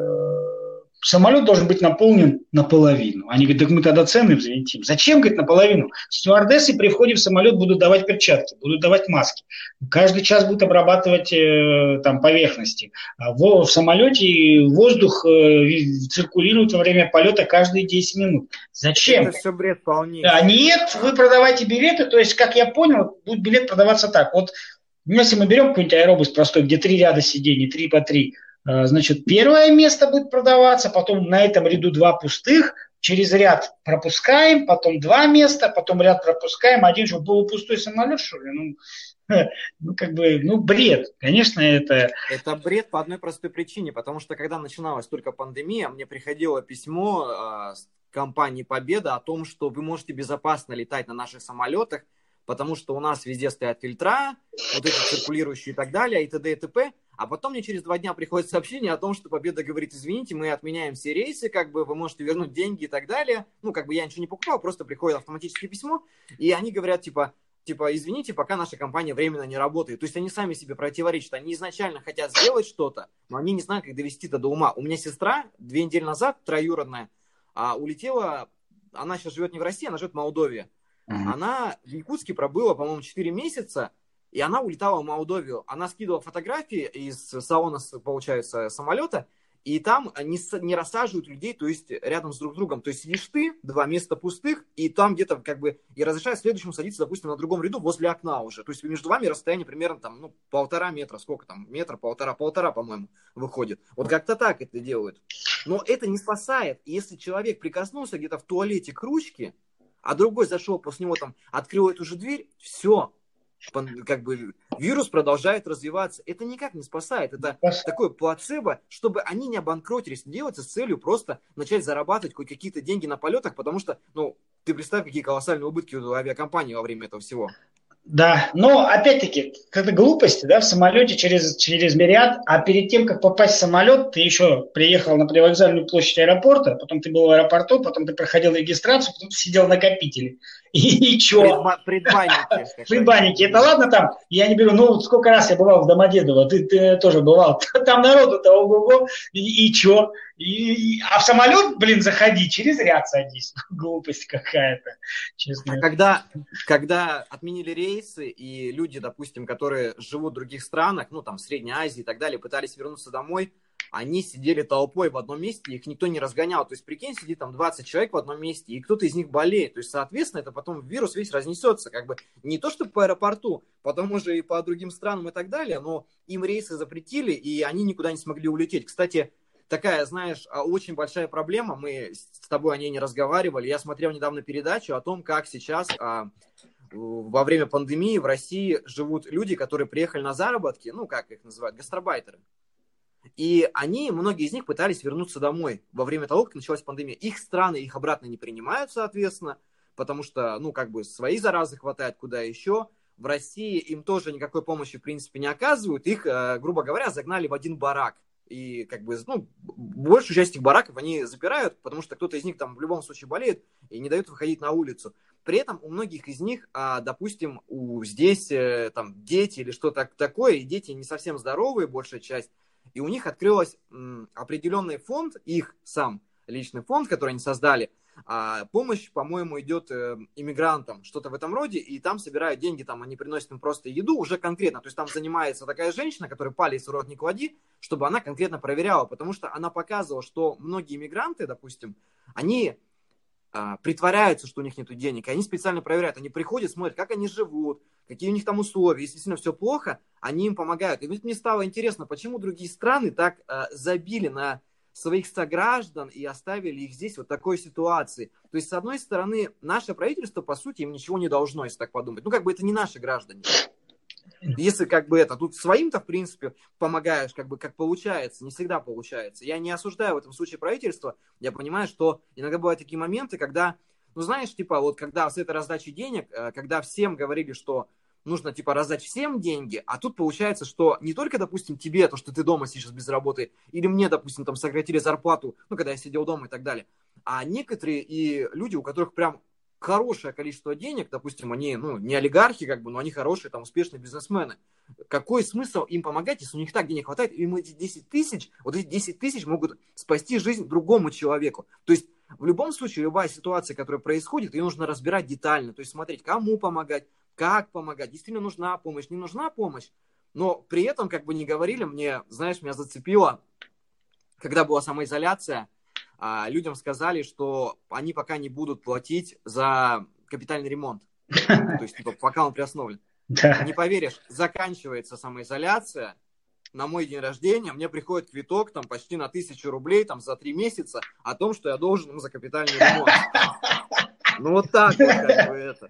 самолет должен быть наполнен наполовину. Они говорят, так мы тогда цены взвинтим. Зачем, говорит, наполовину? Стюардессы при входе в самолет будут давать перчатки, будут давать маски. Каждый час будут обрабатывать э, там, поверхности. А в, в самолете воздух э, циркулирует во время полета каждые десять минут. Зачем? Это все бред полнейший. А нет, вы продавайте билеты. То есть, как я понял, будет билет продаваться так. Вот если мы берем какой-нибудь аэробус простой, где три ряда сидений, три по три, значит, первое место будет продаваться, потом на этом ряду два пустых, через ряд пропускаем, потом два места, потом ряд пропускаем, один же был пустой самолет, что ли? Ну, ну, как бы, ну, бред. Конечно, это... Это бред по одной простой причине, потому что, когда начиналась только пандемия, мне приходило письмо э, с компании «Победа» о том, что вы можете безопасно летать на наших самолетах, потому что у нас везде стоят фильтра, вот эти циркулирующие и так далее, и т.д. и т.п., а потом мне через два дня приходит сообщение о том, что Победа говорит: извините, мы отменяем все рейсы, как бы вы можете вернуть деньги и так далее. Ну, как бы я ничего не покупал, просто приходит автоматическое письмо, и они говорят, типа, типа, извините, пока наша компания временно не работает. То есть они сами себе противоречат. Они изначально хотят сделать что-то, но они не знают, как довести это до ума. У меня сестра две недели назад, троюродная, улетела, она сейчас живет не в России, она живет в Молдове. Mm-hmm. Она в Якутске пробыла, по-моему, четыре месяца, и она улетала в Молдовию. Она скидывала фотографии из салона, получается, самолета, и там не, не рассаживают людей, то есть рядом с друг другом. То есть сидишь ты, два места пустых, и там где-то как бы и разрешают следующему садиться, допустим, на другом ряду возле окна уже. То есть между вами расстояние примерно там, ну, полтора метра, сколько там, метр, полтора, полтора, по-моему, выходит. Вот как-то так это делают. Но это не спасает. И если человек прикоснулся где-то в туалете к ручке, а другой зашел после него там, открыл эту же дверь, все. Как бы вирус продолжает развиваться. Это никак не спасает. Это такое плацебо, чтобы они не обанкротились. Делается с целью просто начать зарабатывать хоть какие-то деньги на полетах, потому что, ну, ты представь, какие колоссальные убытки у авиакомпании во время этого всего. Да, но опять-таки, это глупости, да, в самолете через, через Мириад, а перед тем, как попасть в самолет, ты еще приехал на привокзальную площадь аэропорта, потом ты был в аэропорту, потом ты проходил регистрацию, потом ты сидел на накопителе. И, и что? Предбанники. Предбанники. Это ладно там, я не беру, ну сколько раз я бывал в Домодедово, ты, ты тоже бывал, там народу-то ого-го, и, и что? И, а в самолет, блин, заходи, через ряд садись. Глупость какая-то, честно. А когда, когда отменили рейсы, и люди, допустим, которые живут в других странах, ну, там, в Средней Азии и так далее, пытались вернуться домой, они сидели толпой в одном месте, их никто не разгонял. То есть, прикинь, сидит там двадцать человек в одном месте, и кто-то из них болеет. То есть, соответственно, это потом вирус весь разнесется. Как бы не то, что по аэропорту, потом уже и по другим странам и так далее, но им рейсы запретили, и они никуда не смогли улететь. Кстати, такая, знаешь, очень большая проблема. Мы с тобой о ней не разговаривали. Я смотрел недавно передачу о том, как сейчас а, во время пандемии в России живут люди, которые приехали на заработки, ну, как их называют, гастарбайтеры. И они, многие из них пытались вернуться домой во время того, как началась пандемия. Их страны их обратно не принимают, соответственно, потому что, ну, как бы свои заразы хватает куда еще. В России им тоже никакой помощи, в принципе, не оказывают. Их, грубо говоря, загнали в один барак. И, как бы, ну, большую часть этих бараков они запирают, потому что кто-то из них там в любом случае болеет и не дают выходить на улицу. При этом у многих из них, допустим, у здесь там дети или что-то такое, и дети не совсем здоровые, большая часть, и у них открылся определенный фонд, их сам личный фонд, который они создали. А помощь, по-моему, идет иммигрантам, что-то в этом роде, и там собирают деньги, там они приносят им просто еду уже конкретно. То есть там занимается такая женщина, которая палец в рот не клади, чтобы она конкретно проверяла, потому что она показывала, что многие иммигранты, допустим, они а, притворяются, что у них нет денег, и они специально проверяют, они приходят, смотрят, как они живут, какие у них там условия, если действительно все плохо, они им помогают. И вот мне стало интересно, почему другие страны так а, забили на своих сограждан и оставили их здесь вот в такой ситуации. То есть, с одной стороны, наше правительство, по сути, им ничего не должно, если так подумать. Ну, как бы это не наши граждане. Если как бы это, тут своим-то, в принципе, помогаешь, как бы, как получается, не всегда получается. Я не осуждаю в этом случае правительство, я понимаю, что иногда бывают такие моменты, когда, ну, знаешь, типа, вот когда с этой раздачи денег, когда всем говорили, что нужно, типа, раздать всем деньги, а тут получается, что не только, допустим, тебе, то, что ты дома сейчас без работы, или мне, допустим, там сократили зарплату, ну, когда я сидел дома и так далее, а некоторые и люди, у которых прям хорошее количество денег, допустим, они, ну, не олигархи, как бы, но они хорошие, там, успешные бизнесмены. Какой смысл им помогать, если у них так денег хватает, им эти десять тысяч, вот эти десять тысяч могут спасти жизнь другому человеку. То есть, в любом случае, любая ситуация, которая происходит, ее нужно разбирать детально, то есть смотреть, кому помогать, как помогать, действительно нужна помощь, не нужна помощь, но при этом, как бы не говорили, мне, знаешь, меня зацепило, когда была самоизоляция, людям сказали, что они пока не будут платить за капитальный ремонт, то есть, типа, пока он приостановлен. Не поверишь, заканчивается самоизоляция, на мой день рождения мне приходит квиток там почти на тысячу рублей там за три месяца о том, что я должен ему за капитальный ремонт. Ну вот так вот как бы это.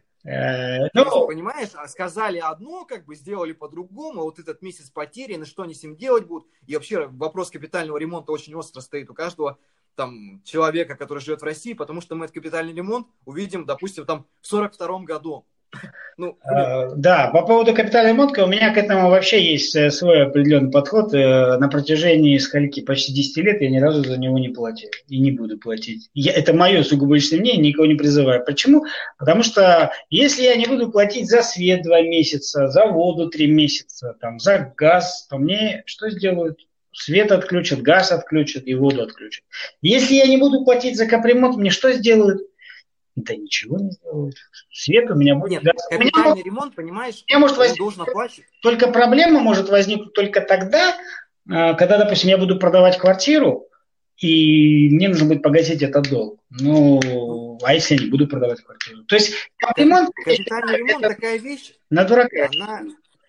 Ну, понимаешь, сказали одно, как бы сделали по-другому, вот этот месяц потерян, и что они с ним делать будут. И вообще вопрос капитального ремонта очень остро стоит у каждого там человека, который живет в России, потому что мы этот капитальный ремонт увидим, допустим, там в сорок втором году. Ну, да, по поводу капитального ремонта у меня к этому вообще есть свой определенный подход. На протяжении скольки, почти десяти лет я ни разу за него не платил и не буду платить. Я, это мое сугубо личное мнение, никого не призываю. Почему? Потому что если я не буду платить за свет два месяца, за воду три месяца, там, за газ, то мне что сделают? Свет отключат, газ отключат и воду отключат. Если я не буду платить за капремонт, мне что сделают? Да ничего не сделают. Свет у меня будет... Нет, капитальный меня, ремонт, понимаешь, меня может возник... должен оплачивать. Только проблема может возникнуть только тогда, когда, допустим, я буду продавать квартиру, и мне нужно будет погасить этот долг. Ну, а если я не буду продавать квартиру? То есть ремонт... Капитальный ремонт такая вещь... На дурака. Она...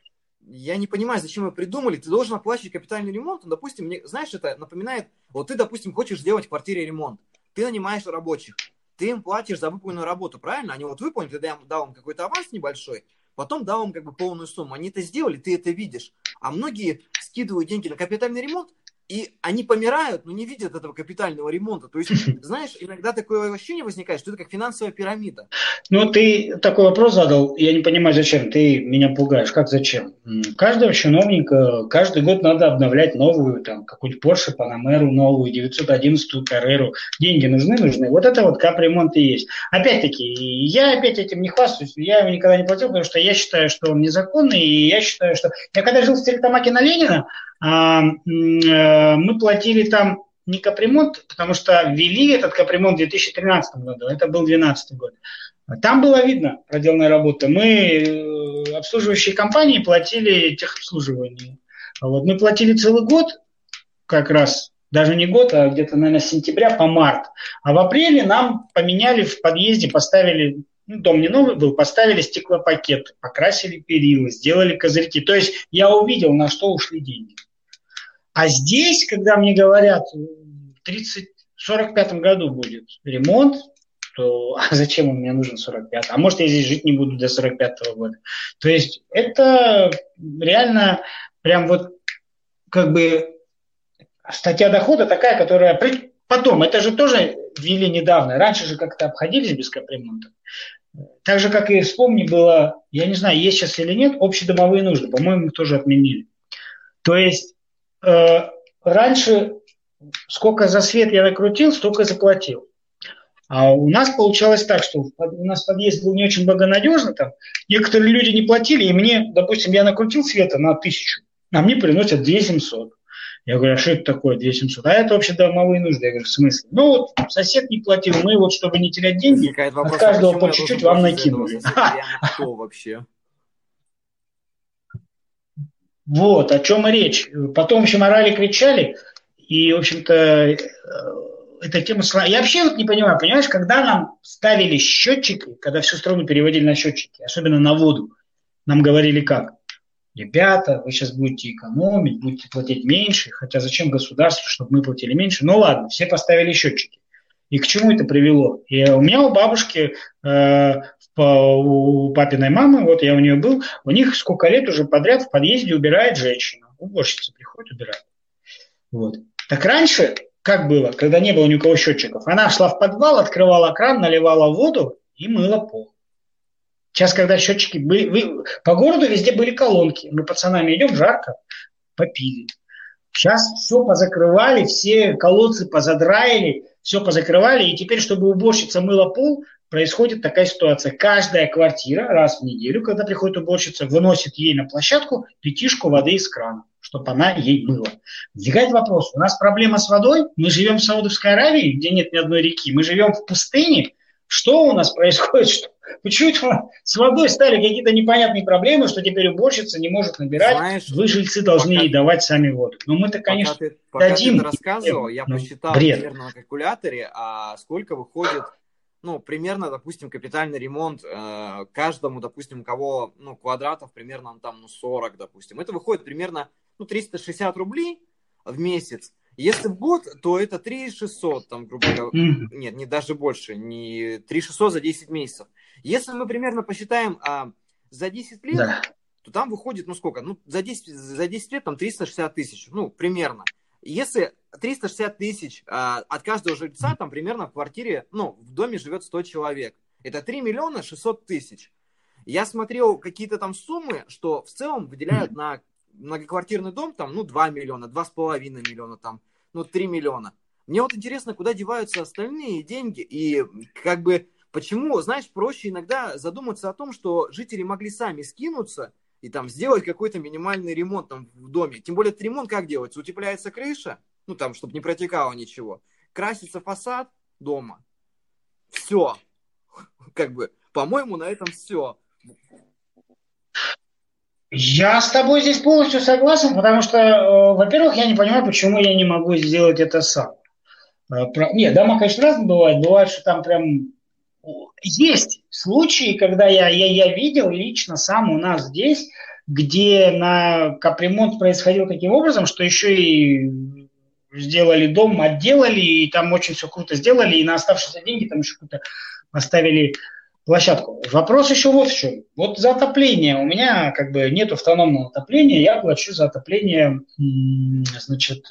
Я не понимаю, зачем вы придумали. Ты должен оплачивать капитальный ремонт. Ну, допустим, мне, знаешь, это напоминает... Вот ты, допустим, хочешь сделать в квартире ремонт. Ты нанимаешь рабочих. Ты им платишь за выполненную работу, правильно? Они вот выполнили, ты дал им какой-то аванс небольшой, потом дал им как бы полную сумму. Они это сделали, ты это видишь. А многие скидывают деньги на капитальный ремонт, и они помирают, но не видят этого капитального ремонта. То есть, знаешь, иногда такое ощущение возникает, что это как финансовая пирамида. Ну, ты такой вопрос задал, я не понимаю, зачем. Ты меня пугаешь. Как зачем? Каждого чиновника каждый год надо обновлять новую, там, какую-нибудь Porsche Panamera новую, девятьсот одиннадцатую Carrera. Деньги нужны, нужны. Вот это вот капремонт и есть. Опять-таки, я опять этим не хвастаюсь, я его никогда не платил, потому что я считаю, что он незаконный, и я считаю, что... Я когда жил в Стерлитамаке на Ленина, мы платили там не капремонт, потому что ввели этот капремонт в две тысячи тринадцатом году, это был две тысячи двенадцатый год. Там было видно проделанная работа. Мы, обслуживающие компании, платили техобслуживание. Вот. Мы платили целый год, как раз, даже не год, а где-то, наверное, с сентября по март. А в апреле нам поменяли в подъезде, поставили, ну, дом не новый был, поставили стеклопакеты, покрасили перила, сделали козырьки. То есть я увидел, на что ушли деньги. А здесь, когда мне говорят, в тридцать, сорок пятом году будет ремонт, то а зачем он мне нужен сорок пятый? А может, я здесь жить не буду до сорок пятого года? То есть это реально прям вот как бы статья дохода такая, которая... Потом, это же тоже ввели недавно. Раньше же как-то обходились без капремонта. Так же, как и вспомни, было, я не знаю, есть сейчас или нет, общедомовые нужды. По-моему, их тоже отменили. То есть э, раньше сколько за свет я накрутил, столько заплатил. А у нас получалось так, что у нас подъезд был не очень благонадежный, там некоторые люди не платили, и мне, допустим, я накрутил света на тысячу, а мне приносят две тысячи семьсот. Я говорю, а что это такое две тысячи семьсот? А это вообще домовые нужды. Я говорю, в смысле? Ну вот сосед не платил, мы вот, чтобы не терять деньги, вопрос, от каждого а по чуть-чуть вам накинули. Кто вообще? Вот, о чем и речь. Потом, в общем, орали, кричали, и, в общем-то, эта тема... Я вообще вот не понимаю, понимаешь, когда нам ставили счетчики, когда всю страну переводили на счетчики, особенно на воду, нам говорили как? Ребята, вы сейчас будете экономить, будете платить меньше, хотя зачем государству, чтобы мы платили меньше? Ну ладно, все поставили счетчики. И к чему это привело? И у меня у бабушки, э, у папиной мамы, вот я у нее был, у них сколько лет уже подряд в подъезде убирает женщина. Уборщица приходит, убирает. Вот. Так раньше, как было, когда не было ни у кого счетчиков, она шла в подвал, открывала кран, наливала воду и мыла пол. Сейчас, когда счетчики были, вы, по городу везде были колонки. Мы пацанами идем, жарко, попили. Сейчас все позакрывали, все колодцы позадраили, все позакрывали. И теперь, чтобы уборщица мыла пол, происходит такая ситуация. Каждая квартира раз в неделю, когда приходит уборщица, выносит ей на площадку пятишку воды из крана, чтобы она ей мыла. Возникает вопрос. У нас проблема с водой. Мы живем в Саудовской Аравии, где нет ни одной реки. Мы живем в пустыне. Что у нас происходит? Что? Почему с водой стали какие-то непонятные проблемы, что теперь уборщица не может набирать? Знаешь, вы, жильцы, должны пока, ей давать сами воду. Но мы-то, конечно, пока ты, пока дадим. Пока ты рассказывал, я ну, посчитал бред. примерно на калькуляторе, а сколько выходит, ну, примерно, допустим, капитальный ремонт э, каждому, допустим, у кого, ну, квадратов примерно там, ну, сорок, допустим. Это выходит примерно, ну, триста шестьдесят рублей в месяц. Если в год, то это три тысячи шестьсот, там, грубо говоря, mm-hmm. нет, не даже больше, не три тысячи шестьсот за десять месяцев. Если мы примерно посчитаем а, за десять лет, да. то там выходит, ну сколько, ну за десять, за десять лет там триста шестьдесят тысяч, ну примерно. Если триста шестьдесят тысяч а, от каждого жильца, там примерно в квартире, ну в доме живет сто человек, это три миллиона шестьсот тысяч. Я смотрел какие-то там суммы, что в целом выделяют на многоквартирный дом, там, ну два миллиона, два с половиной миллиона, там, ну три миллиона. Мне вот интересно, куда деваются остальные деньги и как бы... Почему, знаешь, проще иногда задуматься о том, что жители могли сами скинуться и там сделать какой-то минимальный ремонт там в доме. Тем более, этот ремонт как делается? Утепляется крыша, ну там, чтобы не протекало ничего. Красится фасад дома. Все. Как бы, по-моему, на этом все. Я с тобой здесь полностью согласен, потому что, э, во-первых, я не понимаю, почему я не могу сделать это сам. Э, про... Нет, дома, конечно, разные бывают. Бывает, что там прям... Есть случаи, когда я, я, я видел лично сам у нас здесь, где на капремонт происходил таким образом, что еще и сделали дом, отделали, и там очень все круто сделали, и на оставшиеся деньги там еще какую-то поставили площадку. Вопрос еще вот в чем. Вот за отопление у меня как бы нет автономного отопления, я плачу за отопление, значит,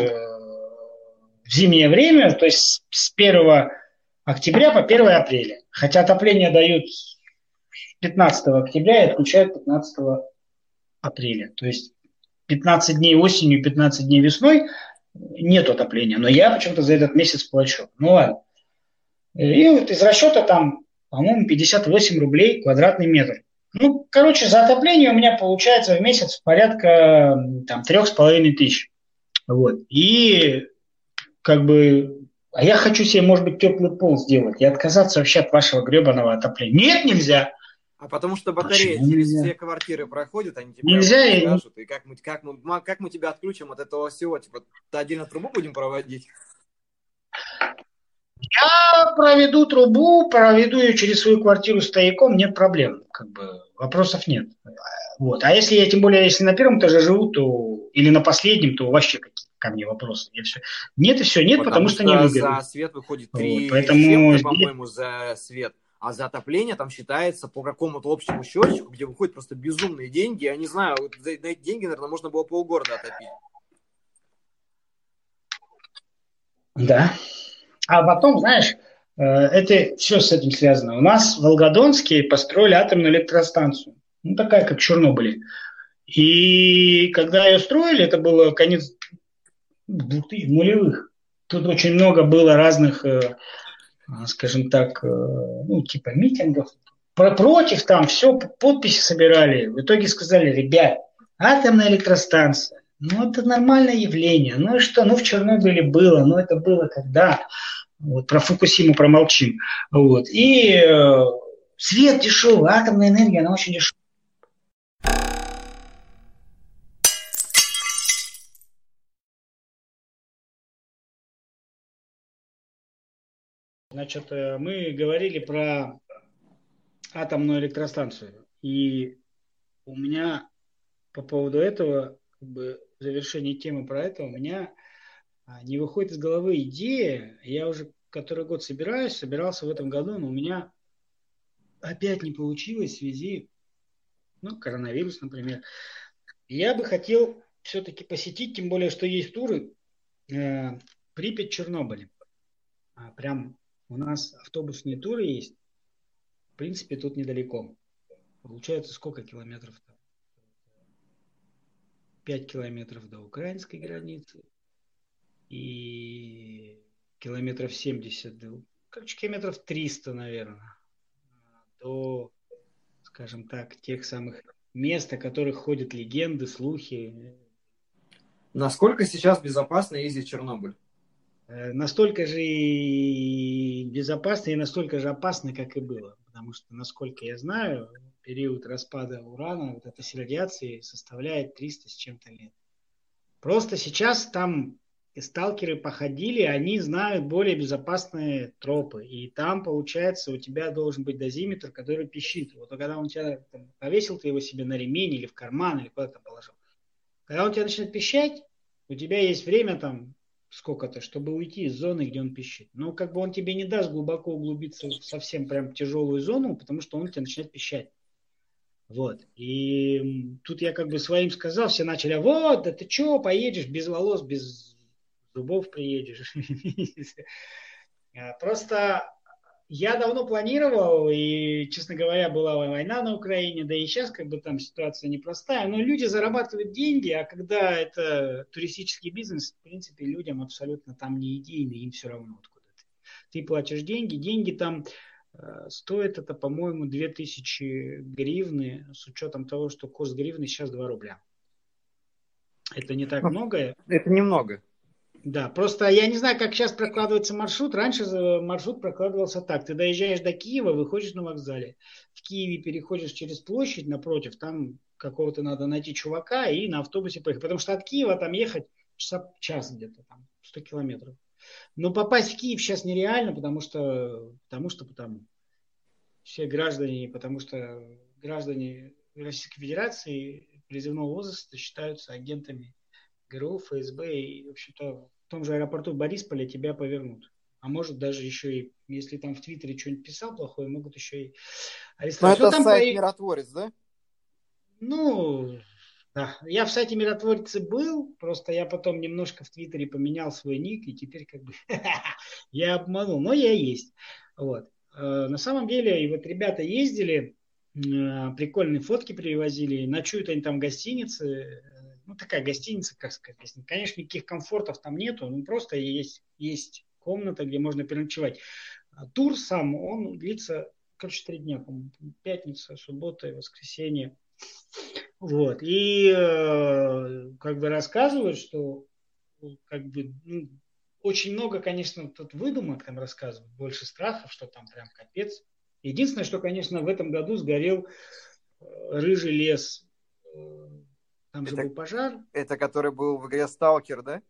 в зимнее время, то есть с первого октября по первое апреля. Хотя отопление дают пятнадцатого октября и отключают пятнадцатого апреля. То есть пятнадцать дней осенью, пятнадцать дней весной нет отопления. Но я почему-то за этот месяц плачу. Ну ладно. И вот из расчета там, по-моему, пятьдесят восемь рублей квадратный метр. Ну, короче, за отопление у меня получается в месяц порядка там трех с половиной тысяч. Вот. И как бы... А я хочу себе, может быть, теплый пол сделать и отказаться вообще от вашего гребаного отопления. Нет, нельзя. А потому что батарея Почему через нельзя? Все квартиры проходит, они тебе нельзя скажут, и как мы, как, мы, как мы тебя отключим от этого всего? Типа, отдельно трубу будем проводить? Я проведу трубу, проведу ее через свою квартиру стояком, нет проблем. Как бы, вопросов нет. Вот. А если я, тем более, если на первом этаже живу, то или на последнем, то вообще какие ко мне вопросы. Я все... Нет и все, нет, потому, Потому что что невыгодно. за свет выходит Вот, три с поэтому чем-то, здесь... по-моему, за свет. А за отопление там считается по какому-то общему счетчику, где выходят просто безумные деньги. Я не знаю, вот за на эти деньги, наверное, можно было полгорода отопить. Да. А потом, знаешь, э, это все с этим связано. У нас в Волгодонске построили атомную электростанцию. Ну, такая, как в Чернобыле. И когда ее строили, это было конец двухтысячных, нулевых. Тут очень много было разных, э, скажем так, э, ну, типа митингов. Про- Против там все, подписи собирали. В итоге сказали, ребят, атомная электростанция, ну это нормальное явление. Ну и что, ну в Чернобыле было, ну это было когда. Вот, про Фукусиму промолчим. Вот. И э, свет дешевый, атомная энергия, она очень дешевая. Значит, э, мы говорили про атомную электростанцию. И у меня по поводу этого, как бы, в завершении темы про это, у меня а, не выходит из головы идея. Я уже который год собираюсь, собирался в этом году, но у меня опять не получилось в связи, ну, коронавирус, например. Я бы хотел все-таки посетить, тем более, что есть туры, э, Припять-Чернобыль. А, прям у нас автобусные туры есть. В принципе, тут недалеко. Получается, сколько километров-то? Пять километров до украинской границы и километров семьдесят, до, короче, километров триста, наверное, до, скажем так, тех самых мест, о которых ходят легенды, слухи. Насколько сейчас безопасно ездить в Чернобыль? Настолько же и безопасно, и настолько же опасно, как и было. Потому что, насколько я знаю, период распада урана, вот этой радиации составляет триста с чем-то лет. Просто сейчас там сталкеры походили, они знают более безопасные тропы. И там, получается, у тебя должен быть дозиметр, который пищит. Вот когда он тебя там, повесил, ты его себе на ремень или в карман, или куда-то положил. Когда он тебя начинает пищать, у тебя есть время там сколько-то, чтобы уйти из зоны, где он пищит. Но как бы он тебе не даст глубоко углубиться в совсем прям тяжелую зону, потому что он тебя начинает пищать. Вот. И тут я как бы своим сказал, все начали, вот, да ты что, поедешь без волос, без зубов приедешь. Просто я давно планировал, и, честно говоря, была война на Украине, да и сейчас как бы там ситуация непростая, но люди зарабатывают деньги, а когда это туристический бизнес, в принципе, людям абсолютно там не идейно, им все равно откуда ты. Ты платишь деньги, деньги там э, стоят это, по-моему, две тысячи гривны, с учетом того, что курс гривны сейчас два рубля. Это не так Ну, много. это немного. Да, просто я не знаю, как сейчас прокладывается маршрут. Раньше маршрут прокладывался так. Ты доезжаешь до Киева, выходишь на вокзале. В Киеве переходишь через площадь напротив, там какого-то надо найти чувака и на автобусе поехать. Потому что от Киева там ехать часа, час где-то, там, сто километров. Но попасть в Киев сейчас нереально, потому что, потому что, потому. Все граждане, потому что граждане Российской Федерации призывного возраста считаются агентами ГРУ, ФСБ, и, в общем-то, в том же аэропорту Борисполя тебя повернут. А может даже еще и, если там в Твиттере что-нибудь писал плохое, могут еще и Но арестовать. это Вот там по... сайт Миротворец, да? Ну, да. Я в сайте Миротворцы был, просто я потом немножко в Твиттере поменял свой ник, и теперь как бы я обманул, но я есть. Вот. На самом деле, и вот ребята ездили, прикольные фотки привозили, ночуют они там в гостинице, ну, такая гостиница, как сказать, конечно, никаких комфортов там нету, ну, просто есть, есть комната, где можно переночевать. Тур сам, он длится, короче, три дня, по-моему, пятница, суббота и воскресенье. Вот, и э, как бы рассказывают, что как бы, ну, очень много, конечно, тут выдумок там рассказывают, больше страхов, что там прям капец. Единственное, что, конечно, в этом году сгорел э, рыжий лес. Там это, же был пожар. Это который был в игре Сталкер, да?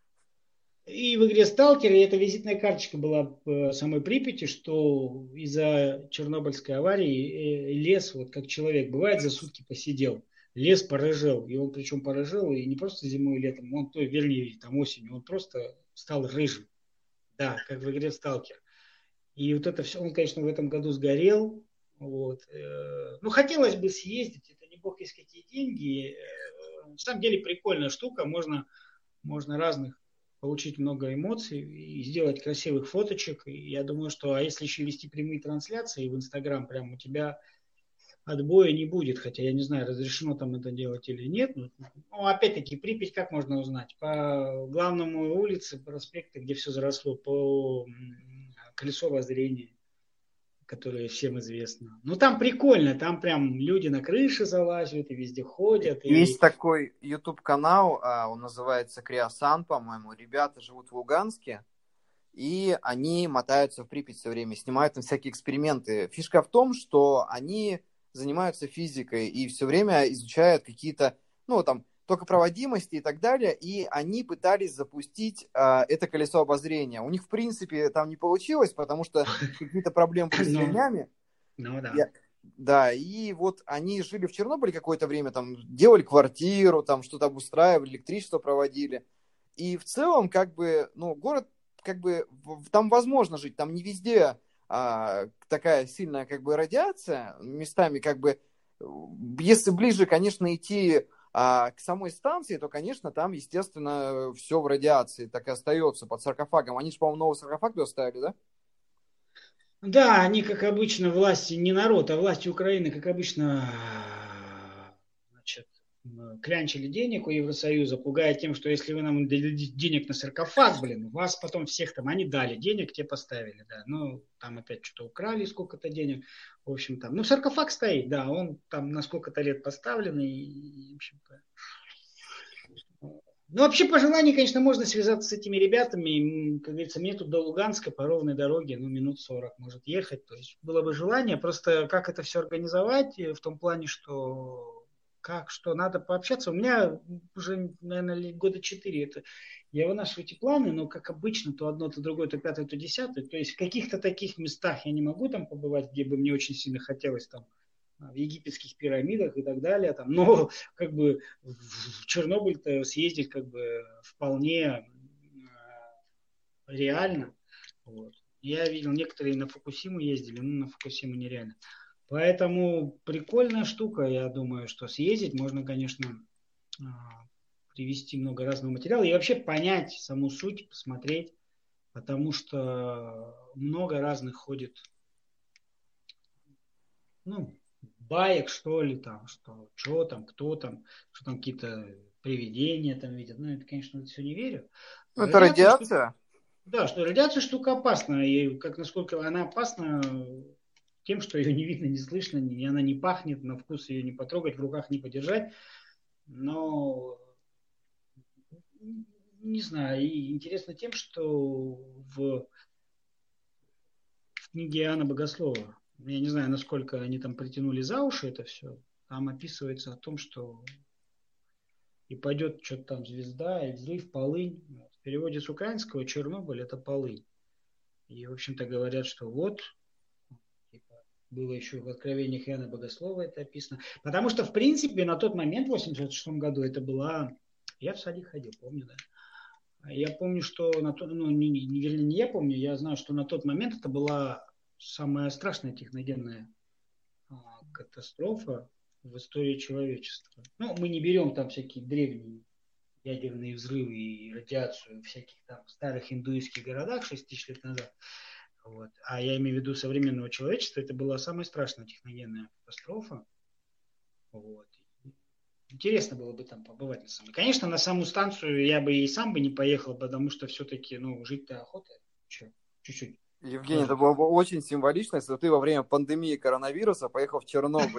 И в игре Сталкер, и эта визитная карточка была в самой Припяти, что из-за Чернобыльской аварии лес, вот как человек бывает, за сутки посидел. лес порыжел. И он причем порыжел, и не просто зимой и летом, он, то, вернее, там осенью, он просто стал рыжим. Да, как в игре «Сталкер». И вот это все, он, конечно, в этом году сгорел. Вот. Э, Ну, хотелось бы съездить, это не бог есть какие деньги. Э, На самом деле прикольная штука, можно, можно разных получить много эмоций и сделать красивых фоточек. И я думаю, что, а если еще вести прямые трансляции в Инстаграм, прям у тебя отбоя не будет, хотя я не знаю, разрешено там это делать или нет. Ну, ну, опять-таки, Припять как можно узнать? По главному улице, проспекту, где все заросло, по колесо обозрения, которое всем известно. Ну, там прикольно, там прям люди на крыше залазят и везде ходят. Есть И... такой YouTube-канал, он называется Криосан, по-моему. Ребята живут в Луганске, и они мотаются в Припять все время, снимают там всякие эксперименты. Фишка в том, что они занимаются физикой и все время изучают какие-то, ну, там, токопроводимости и так далее, и они пытались запустить э, это колесо обозрения. У них, в принципе, там не получилось, потому что какие-то проблемы были с Ну, ремнями. ну да. Я- Да, и вот они жили в Чернобыле какое-то время, там, делали квартиру, там, что-то обустраивали, электричество проводили. И в целом, как бы, ну, город, как бы, в- там возможно жить, там не везде а, такая сильная, как бы, радиация, местами, как бы, э, если ближе, конечно, идти а, к самой станции, то, конечно, там, естественно, все в радиации так и остается под саркофагом. Они же, по-моему, новый саркофаг туда ставили, да? Да, они, как обычно, власти, не народ, а власти Украины, как обычно, значит, клянчили денег у Евросоюза, пугая тем, что если вы нам дадите денег на саркофаг, блин, вас потом всех там, они дали денег, те поставили, да. Ну, там опять что-то украли, сколько-то денег, в общем, там. Ну, саркофаг стоит, да, он там на сколько-то лет поставлен, и, в общем-то, ну, вообще, по желанию, конечно, можно связаться с этими ребятами. Как говорится, мне тут до Луганска по ровной дороге, ну, минут сорок может ехать. То есть было бы желание. Просто как это все организовать в том плане, что как, что надо пообщаться. У меня уже, наверное, года четыре это я выношу эти планы, но, как обычно, то одно, то другое, то пятое, то десятое. То есть в каких-то таких местах я не могу там побывать, где бы мне очень сильно хотелось там в египетских пирамидах и так далее. Там, но как бы в Чернобыль-то съездить как бы вполне реально. Вот. Я видел, некоторые на Фукусиму ездили, но на Фукусиму нереально. Поэтому прикольная штука, я думаю, что съездить можно, конечно, привести много разного материала и вообще понять саму суть, посмотреть, потому что много разных ходит, ну, баек, что ли, там, что, что там, кто там, что там какие-то привидения там видят. Ну, это, конечно, в это все не верю. Ну, это Радиация штука, радиация. да, что радиация штука опасна, и как насколько она опасна тем, что ее не видно, не слышно, ни, она не пахнет, на вкус ее не потрогать, в руках не подержать. Но не знаю, и интересно тем, что в, в книге Иоанна Богослова, я не знаю, насколько они там притянули за уши это все, там описывается о том, что и пойдет что-то там звезда, и взрыв, полынь. В переводе с украинского Чернобыль это полынь. И, в общем-то, говорят, что вот, типа, было еще в Откровениях Иоанна Богослова это описано. Потому что, в принципе, на тот момент, в восемьдесят шестом году, это была... Я в садик ходил, помню, да. Я помню, что на тот, ну, не, не, вернее, не я помню, я знаю, что на тот момент это была самая страшная техногенная а, катастрофа в истории человечества. Ну, мы не берем там всякие древние ядерные взрывы и радиацию в всяких там старых индуистских городах шесть тысяч лет назад. Вот. А я имею в виду современного человечества, это была самая страшная техногенная катастрофа. Вот. Интересно было бы там побывать на самом деле. Конечно, на саму станцию я бы и сам бы не поехал, потому что все-таки, ну, жить-то охота. Че, чуть-чуть. Евгений, это было бы очень символично, если ты во время пандемии коронавируса поехал в Чернобыль.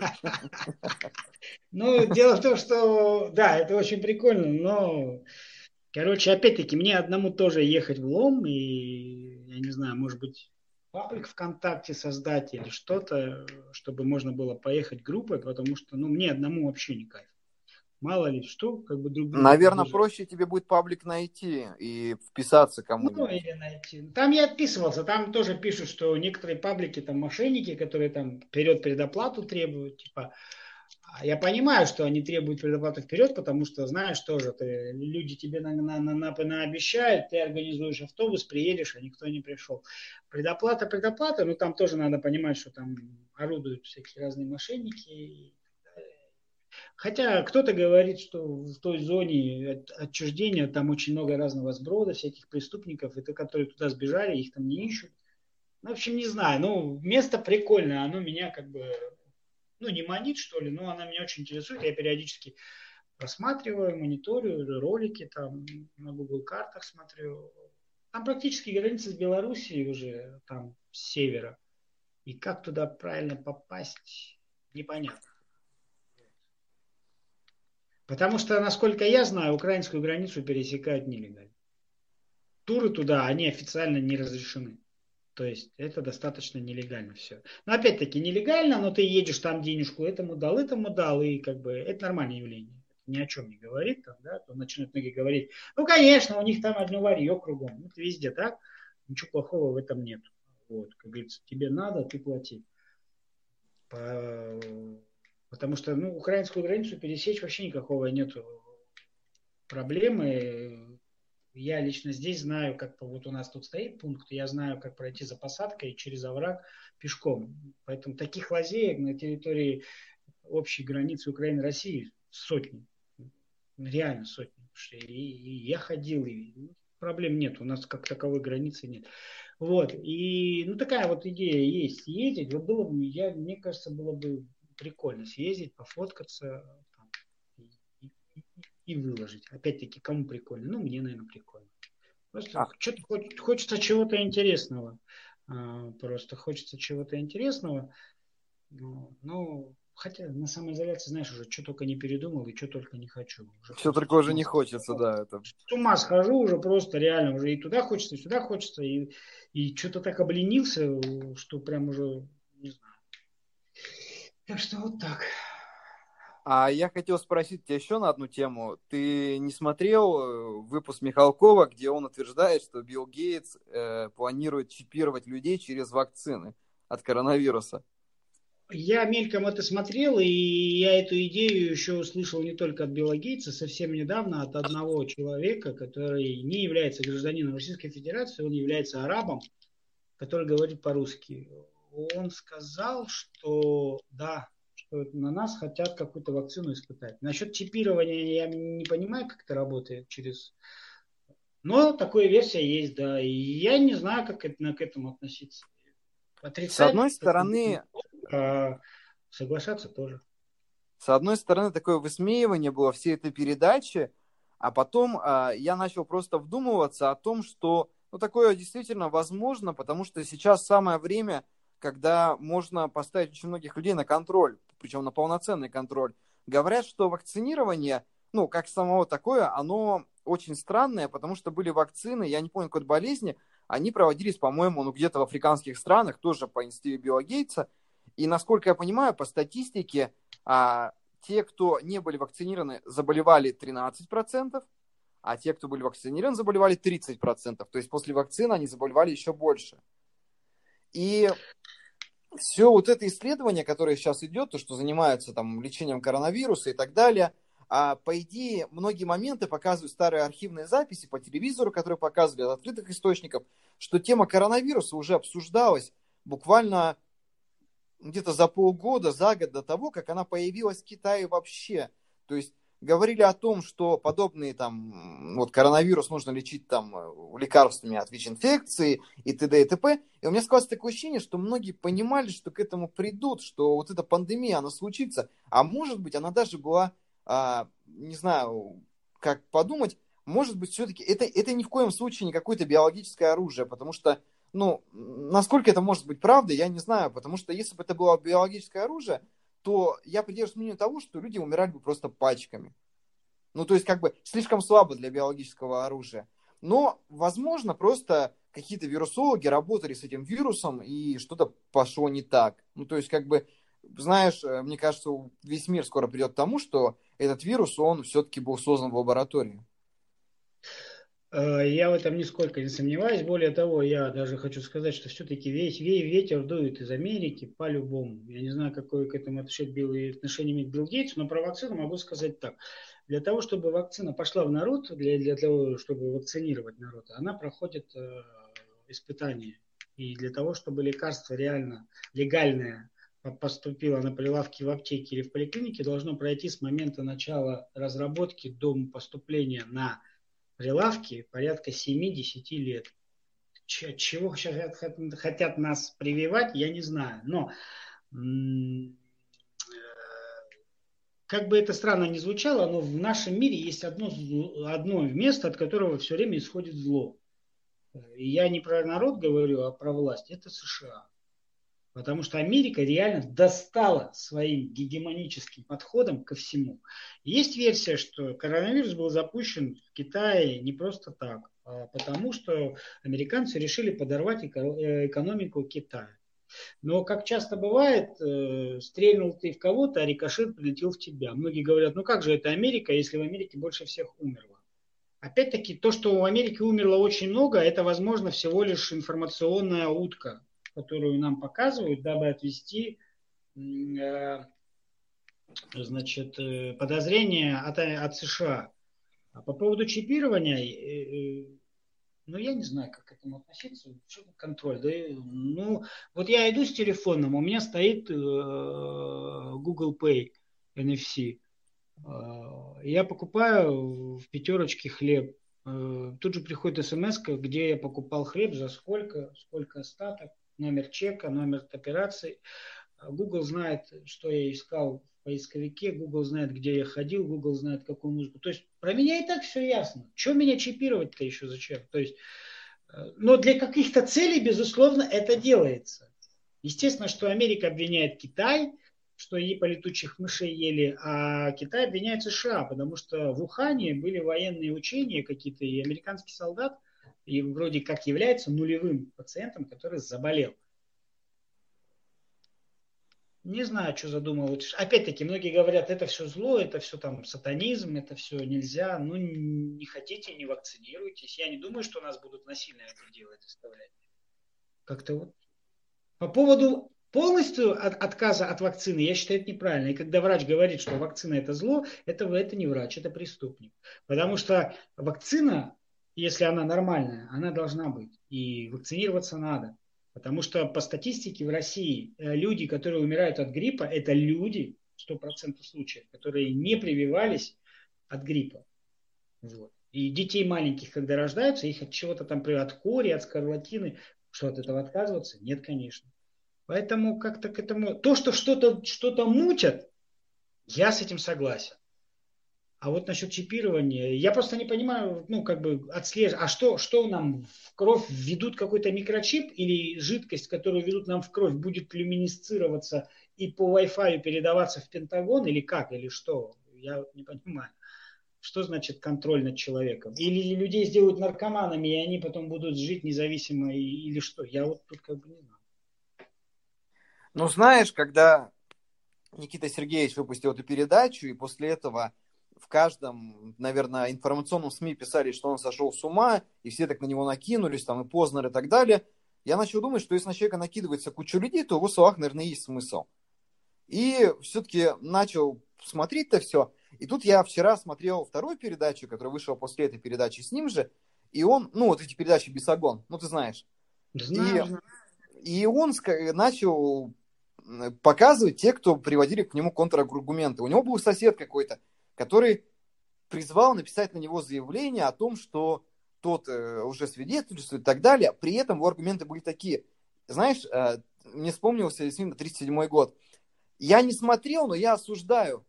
Ну, дело в том, что, да, это очень прикольно, но, короче, опять-таки, мне одному тоже ехать в Лом, и, я не знаю, может быть, паблик ВКонтакте создать или что-то, чтобы можно было поехать группой, потому что, ну, мне одному вообще не кайф. Мало ли что, как бы друг друга Наверное, поддержать. проще тебе будет паблик найти и вписаться Ну, кому-нибудь. или найти. Там я отписывался, там тоже пишут, что некоторые паблики, там, мошенники, которые там вперед предоплату требуют, типа, Я понимаю, что они требуют предоплаты вперед, потому что, знаешь, тоже ты, люди тебе на, на, на, на, наобещают, ты организуешь автобус, приедешь, а никто не пришел. Предоплата, предоплата, но там тоже надо понимать, что там орудуют всякие разные мошенники. Хотя кто-то говорит, что в той зоне отчуждения там очень много разного сброда, всяких преступников, и те, которые туда сбежали, их там не ищут. Ну, в общем, не знаю. Ну, место прикольное, оно меня как бы, ну, не манит, что ли, но она меня очень интересует. Я периодически просматриваю, мониторю ролики там на Google картах смотрю. Там практически граница с Белоруссией уже, там, с севера. И как туда правильно попасть, непонятно. Потому что, насколько я знаю, украинскую границу пересекают нелегально. Туры туда, они официально не разрешены. То есть это достаточно нелегально все. Но опять-таки нелегально, но ты едешь там денежку этому дал, этому дал, и как бы это нормальное явление. Ни о чем не говорит, там, да, то начнут многие говорить, ну, конечно, у них там одно варье кругом. Это везде так, ничего плохого в этом нет. Вот, как говорится, тебе надо, ты плати. По... Потому что, ну, украинскую границу пересечь вообще никакого нету проблемы. Я лично здесь знаю, как вот у нас тут стоит пункт, я знаю, как пройти за посадкой через овраг пешком. Поэтому таких лазеек на территории общей границы Украины и России сотни. Реально сотни. И, и я ходил, и проблем нет. У нас как таковой границы нет. Вот. И ну такая вот идея есть съездить. Вот было бы, я, мне кажется, было бы прикольно съездить, пофоткаться там, и, и, и выложить. Опять-таки, кому прикольно? Ну, мне, наверное, прикольно. Просто А, что-то хочется чего-то интересного. Просто хочется чего-то интересного. Ну, хотя на самоизоляции, знаешь, уже что только не передумал и что только не хочу. Уже все просто только уже не хочется, да. Это... с ума схожу уже просто реально. Уже и туда хочется, и сюда хочется. И, и что-то так обленился, что прям уже не знаю. Так что вот так. А я хотел спросить тебя еще на одну тему. Ты не смотрел выпуск Михалкова, где он утверждает, что Билл Гейтс э, планирует чипировать людей через вакцины от коронавируса? Я мельком это смотрел, и я эту идею еще услышал не только от Билла Гейтса, совсем недавно от одного человека, который не является гражданином Российской Федерации, он является арабом, который говорит по-русски. Он сказал, что да, что на нас хотят какую-то вакцину испытать. Насчет чипирования я не понимаю, как это работает через... Но такая версия есть, да. И я не знаю, как это, к этому относиться. С Отрицать, одной стороны, а соглашаться тоже. с одной стороны, такое высмеивание было всей этой передачи, а потом э, я начал просто вдумываться о том, что ну, такое действительно возможно, потому что сейчас самое время, когда можно поставить очень многих людей на контроль, причем на полноценный контроль. Говорят, что вакцинирование, ну, как самого такое, оно очень странное, потому что были вакцины, я не помню, какой болезни, они проводились, по-моему, ну, где-то в африканских странах, тоже по инициативе Билла Гейтса. И, насколько я понимаю, по статистике, а, те, кто не были вакцинированы, заболевали тринадцать процентов, а те, кто были вакцинированы, заболевали тридцать процентов. То есть после вакцины они заболевали еще больше. И все вот это исследование, которое сейчас идет, то, что занимается там лечением коронавируса и так далее, а, по идее, многие моменты показывают старые архивные записи по телевизору, которые показывали от открытых источников, что тема коронавируса уже обсуждалась буквально где-то за полгода, за год до того, как она появилась в Китае вообще. То есть говорили о том, что подобные там, вот коронавирус нужно лечить там лекарствами от ВИЧ-инфекции и т.д. и т.п. И у меня складывается такое ощущение, что многие понимали, что к этому придут, что вот эта пандемия, она случится. А может быть, она даже была, а, не знаю, как подумать, может быть, все-таки это, это ни в коем случае не какое-то биологическое оружие, потому что ну, насколько это может быть правдой, я не знаю, потому что если бы это было биологическое оружие, то я придерживаюсь мнению того, что люди умирали бы просто пачками. Ну, то есть, как бы, слишком слабо для биологического оружия. Но, возможно, просто какие-то вирусологи работали с этим вирусом, и что-то пошло не так. Ну, то есть, как бы, знаешь, мне кажется, весь мир скоро придет к тому, что этот вирус, он все-таки был создан в лаборатории. Э, Я в этом нисколько не сомневаюсь. Более того, я даже хочу сказать, что все-таки весь ве- ветер дует из Америки по-любому. Я не знаю, какое к этому отношение, Билл- отношение имеет Билл Гейтс, но про вакцину могу сказать так. Для того, чтобы вакцина пошла в народ, для, для того, чтобы вакцинировать народ, она проходит э, испытания. И для того, чтобы лекарство реально легальное по- поступило на прилавки в аптеке или в поликлинике, должно пройти с момента начала разработки до поступления на прилавки порядка семь-десять лет. Чего сейчас хотят нас прививать, я не знаю. Но как бы это странно ни звучало, но в нашем мире есть одно, одно место, от которого все время исходит зло. И я не про народ говорю, а про власть. Это США. Потому что Америка реально достала своим гегемоническим подходом ко всему. Есть версия, что коронавирус был запущен в Китае не просто так, а потому что американцы решили подорвать экономику Китая. Но, как часто бывает, э, стрельнул ты в кого-то, а рикошет прилетел в тебя. Многие говорят, ну как же это Америка, если в Америке больше всех умерло? Опять-таки, то, что в Америке умерло очень много, это, возможно, всего лишь информационная утка, которую нам показывают, дабы отвести э, значит, э, подозрения от, от США. А по поводу чипирования, э, э, ну, я не знаю, как к этому относиться. Что контроль? Да, ну, вот я иду с телефоном, у меня стоит э, Google Pay эн эф си. Я покупаю в пятерочке хлеб. Тут же приходит смс, где я покупал хлеб, за сколько, сколько остаток, номер чека, номер операции. Google знает, что я искал в поисковике, Google знает, где я ходил, Google знает, какую музыку. То есть про меня и так все ясно. Что меня чипировать-то еще зачем? То есть, но для каких-то целей, безусловно, это делается. Естественно, что Америка обвиняет Китай, что и по летучих мышей ели, а Китай обвиняет США, потому что в Ухане были военные учения какие-то, и американский солдат и вроде как является нулевым пациентом, который заболел. Не знаю, что задумал. Опять-таки, многие говорят, это все зло, это все там сатанизм, это все нельзя. Ну, не хотите, не вакцинируйтесь. Я не думаю, что нас будут насильно это делать, заставлять. Как-то вот. По поводу полностью от, отказа от вакцины, я считаю, это неправильно. И когда врач говорит, что вакцина это зло, это, это не врач, это преступник. Потому что вакцина, если она нормальная, она должна быть. И вакцинироваться надо. Потому что по статистике в России люди, которые умирают от гриппа, это люди, сто процентов случаев, которые не прививались от гриппа. Вот. И детей маленьких, когда рождаются, их от чего-то там, от кори, от скарлатины, что от этого отказываться? Нет, конечно. Поэтому как-то к этому... То, что что-то что мутят, я с этим согласен. А вот насчет чипирования, я просто не понимаю, ну, как бы отслеживать, а что, что нам в кровь введут какой-то микрочип или жидкость, которую ведут нам в кровь, будет люминесцироваться и по Wi-Fi передаваться в Пентагон или как, или что? Я вот не понимаю. Что значит контроль над человеком? Или людей сделают наркоманами, и они потом будут жить независимо, или что? Я вот тут как бы не знаю. Ну, знаешь, когда Никита Сергеевич выпустил эту передачу, и после этого в каждом, наверное, информационном СМИ писали, что он сошел с ума, и все так на него накинулись, там, и Познер, и так далее. Я начал думать, что если на человека накидывается куча людей, то в его словах, наверное, есть смысл. И все-таки начал смотреть-то все. И тут я вчера смотрел вторую передачу, которая вышла после этой передачи с ним же, и он, ну, вот эти передачи «Бесогон», ну, ты знаешь. И, Знаю, знаю. и он начал показывать те, кто приводили к нему контраргументы. У него был сосед какой-то, который призвал написать на него заявление о том, что тот э, уже свидетельствует и так далее. При этом его аргументы были такие. Знаешь, э, мне вспомнился действительно тридцать седьмой год. Я не смотрел, но я осуждаю.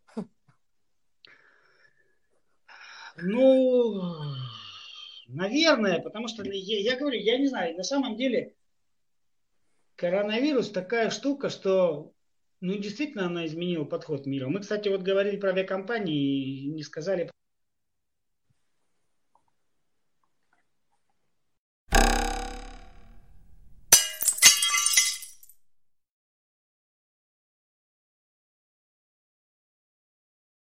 Ну, наверное, потому что я, я говорю, я не знаю, на самом деле коронавирус такая штука, что ну, действительно она изменила подход мира. Мы, кстати, вот говорили про авиакомпании и не сказали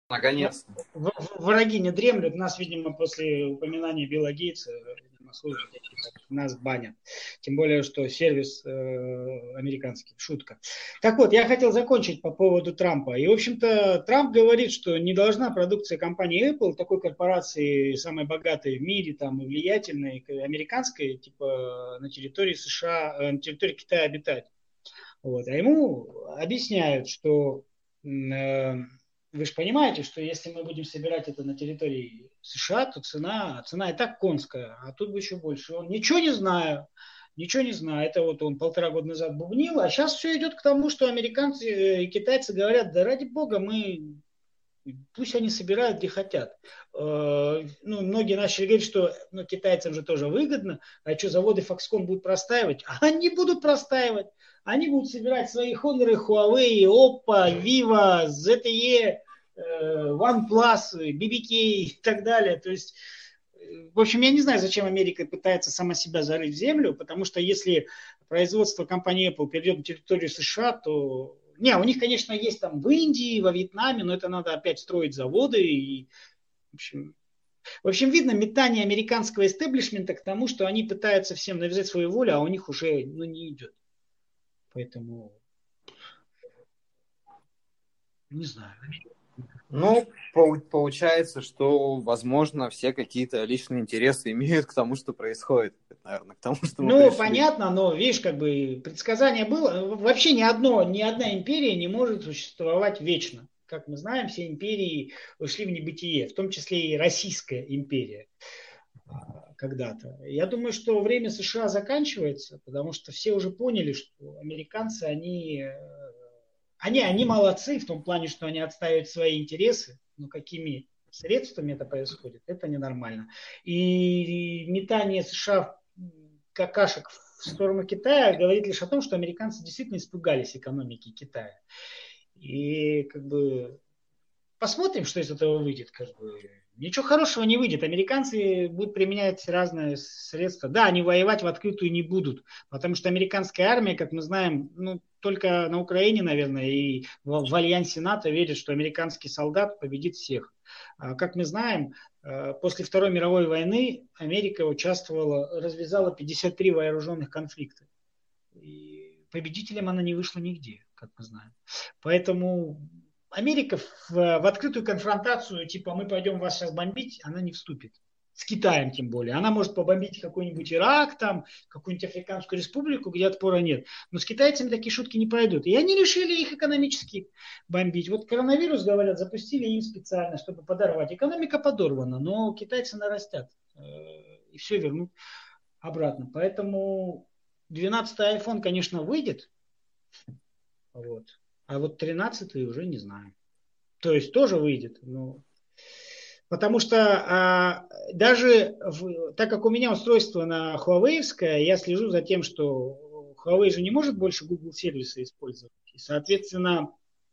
Наконец-то. Враги не дремлют. Нас, видимо, после упоминания Билла Гейтса, видимо, слушают, нас банят. Тем более, что сервис э, американский. Шутка. Так вот, я хотел закончить по поводу Трампа. И, в общем-то, Трамп говорит, что не должна продукция компании Apple, такой корпорации, самой богатой в мире, там, и влиятельной, американской, типа, на территории США, э, на территории Китая обитать. Вот. А ему объясняют, что э, вы же понимаете, что если мы будем собирать это на территории США, то цена, цена и так конская, а тут бы еще больше. Он ничего не знаю, ничего не знаю. Это вот он полтора года назад бубнил, а сейчас все идет к тому, что американцы и китайцы говорят, да ради бога, мы пусть они собирают, где хотят. Ну, многие начали говорить, что ну, китайцам же тоже выгодно, а что, заводы Foxconn будут простаивать? А они будут простаивать. Они будут собирать свои Honor, Huawei, Oppo, Vivo, зет ти и, OnePlus, би би кей и так далее. То есть, в общем, я не знаю, зачем Америка пытается сама себя зарыть в землю, потому что если производство компании Apple перейдет на территорию США, то... Не, у них, конечно, есть там в Индии, во Вьетнаме, но это надо опять строить заводы. И, в общем, в общем, видно метание американского истеблишмента к тому, что они пытаются всем навязать свою волю, а у них уже ну, не идет. Поэтому, не знаю. Ну, получается, что, возможно, все какие-то личные интересы имеют к тому, что происходит. Наверное, к тому, что мы Ну, пришли. понятно, но, видишь, как бы предсказание было. Вообще ни, одно, ни одна империя не может существовать вечно. Как мы знаем, все империи ушли в небытие, в том числе и Российская империя когда-то. Я думаю, что время США заканчивается, потому что все уже поняли, что американцы, они, они, они молодцы в том плане, что они отстаивают свои интересы, но какими средствами это происходит, это ненормально. И метание США какашек в сторону Китая говорит лишь о том, что американцы действительно испугались экономики Китая. И как бы посмотрим, что из этого выйдет. Как бы. Ничего хорошего не выйдет. Американцы будут применять разные средства. Да, они воевать в открытую не будут, потому что американская армия, как мы знаем, ну, только на Украине, наверное, и в, в альянсе НАТО верят, что американский солдат победит всех. А, как мы знаем, после Второй мировой войны Америка участвовала, развязала пятьдесят три вооруженных конфликта. И победителем она не вышла нигде, как мы знаем. Поэтому Америка в, в открытую конфронтацию, типа мы пойдем вас сейчас бомбить, она не вступит. С Китаем тем более. Она может побомбить какой-нибудь Ирак, там, какую-нибудь Африканскую республику, где отпора нет. Но с китайцами такие шутки не пройдут. И они решили их экономически бомбить. Вот коронавирус, говорят, запустили им специально, чтобы подорвать. Экономика подорвана, но китайцы нарастят. И все вернут обратно. Поэтому двенадцатый iPhone, конечно, выйдет. Вот. А вот тринадцатый уже не знаю. То есть тоже выйдет. Но... Потому что а, даже в, так как у меня устройство на Huawei-ское, я слежу за тем, что Huawei же не может больше Google сервисы использовать. И, соответственно,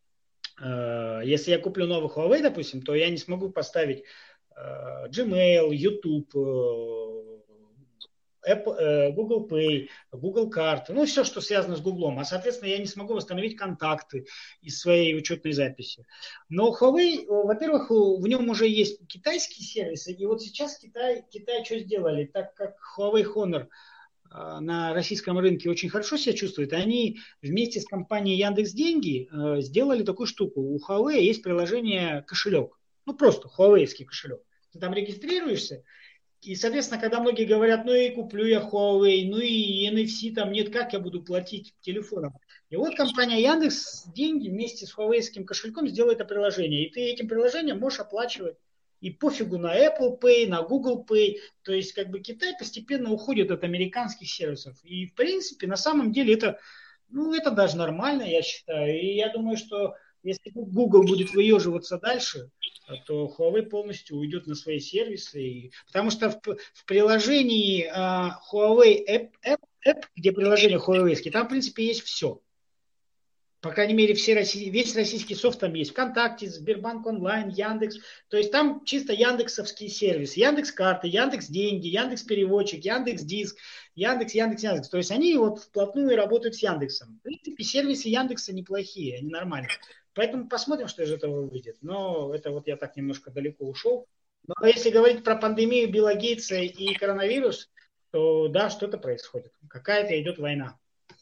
э, если я куплю новый Huawei, допустим, то я не смогу поставить э, Gmail, YouTube, э, Apple, Google Pay, Google карты, ну все, что связано с Google. А, соответственно, я не смогу восстановить контакты из своей учетной записи. Но Huawei, во-первых, в нем уже есть китайские сервисы. И вот сейчас Китай, Китай что сделали? Так как Huawei Honor на российском рынке очень хорошо себя чувствует, они вместе с компанией Яндекс.Деньги сделали такую штуку. У Huawei есть приложение кошелек. Ну просто Huawei-ский кошелек. Ты там регистрируешься. И, соответственно, когда многие говорят, ну и куплю я Huawei, ну и эн эф си там нет, как я буду платить телефоном. И вот компания Яндекс деньги вместе с Huawei-ским кошельком сделает это приложение. И ты этим приложением можешь оплачивать. И пофигу на Apple Pay, на Google Pay. То есть, как бы Китай постепенно уходит от американских сервисов. И, в принципе, на самом деле это, ну, это даже нормально, я считаю. И я думаю, что если Google будет выеживаться дальше, то Huawei полностью уйдет на свои сервисы. И... Потому что в, в приложении uh, Huawei App, App, App, где приложение Huawei, там, в принципе, есть все. По крайней мере, все Россий, весь российский софт там есть. ВКонтакте, Сбербанк онлайн, Яндекс. То есть там чисто яндексовский сервис. Яндекс карты, Яндекс деньги, Яндекс переводчик, Яндекс диск, Яндекс, Яндекс, Яндекс. То есть они вот вплотную работают с Яндексом. В принципе, сервисы Яндекса неплохие, они нормальные. Поэтому посмотрим, что из этого выйдет. Но это вот я так немножко далеко ушел. Но если говорить про пандемию Билла Гейтса и коронавирус, то да, что-то происходит. Какая-то идет война.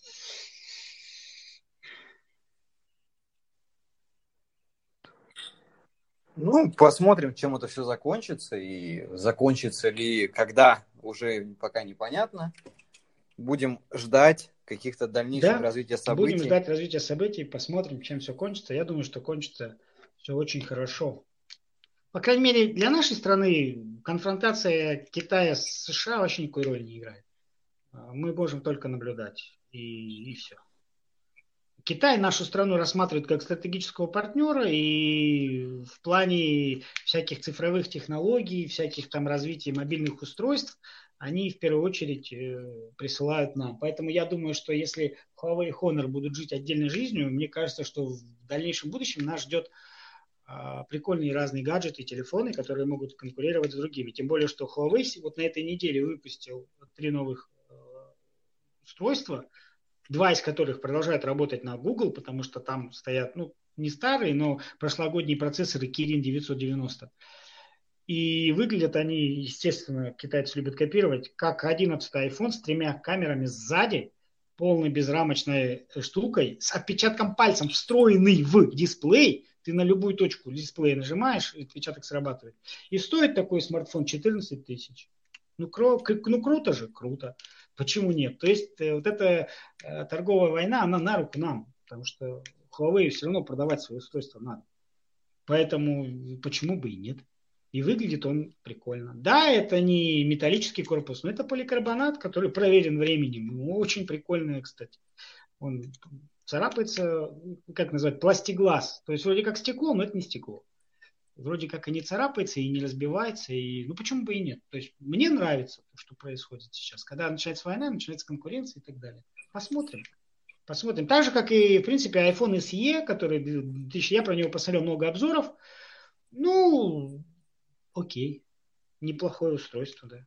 Ну, посмотрим, чем это все закончится. И закончится ли когда, уже пока непонятно. Будем ждать каких-то дальнейших Да, развития будем событий. ждать развития событий, посмотрим, чем все кончится. Я думаю, что кончится все очень хорошо. По крайней мере, для нашей страны конфронтация Китая с США вообще никакой роли не играет. Мы можем только наблюдать. И, и все. Китай нашу страну рассматривает как стратегического партнера, и в плане всяких цифровых технологий, всяких там развития мобильных устройств, они в первую очередь э, присылают нам. Поэтому я думаю, что если Huawei и Honor будут жить отдельной жизнью, мне кажется, что в дальнейшем будущем нас ждет э, прикольные разные гаджеты, телефоны, которые могут конкурировать с другими. Тем более, что Huawei вот на этой неделе выпустил три новых э, устройства, два из которых продолжают работать на Google, потому что там стоят, ну, не старые, но прошлогодние процессоры Kirin девятьсот девяносто. И выглядят они, естественно, китайцы любят копировать, как одиннадцатый iPhone с тремя камерами сзади, полной безрамочной штукой, с отпечатком пальцем, встроенный в дисплей. Ты на любую точку дисплея нажимаешь, и отпечаток срабатывает. И стоит такой смартфон четырнадцать тысяч. Ну, кру- ну, круто же, круто. Почему нет? То есть э, вот эта э, торговая война, она на руку нам, потому что Huawei все равно продавать свои устройства надо. Поэтому почему бы и нет? И выглядит он прикольно. Да, это не металлический корпус, но это поликарбонат, который проверен временем. Очень прикольный, кстати. Он царапается, как назвать, пластиглаз. То есть вроде как стекло, но это не стекло. Вроде как и не царапается, и не разбивается. И... Ну почему бы и нет? То есть мне нравится то, что происходит сейчас. Когда начинается война, начинается конкуренция и так далее. Посмотрим. Посмотрим. Так же, как и, в принципе, iPhone эс и, который, я про него посмотрел много обзоров. Ну, окей. Неплохое устройство, да.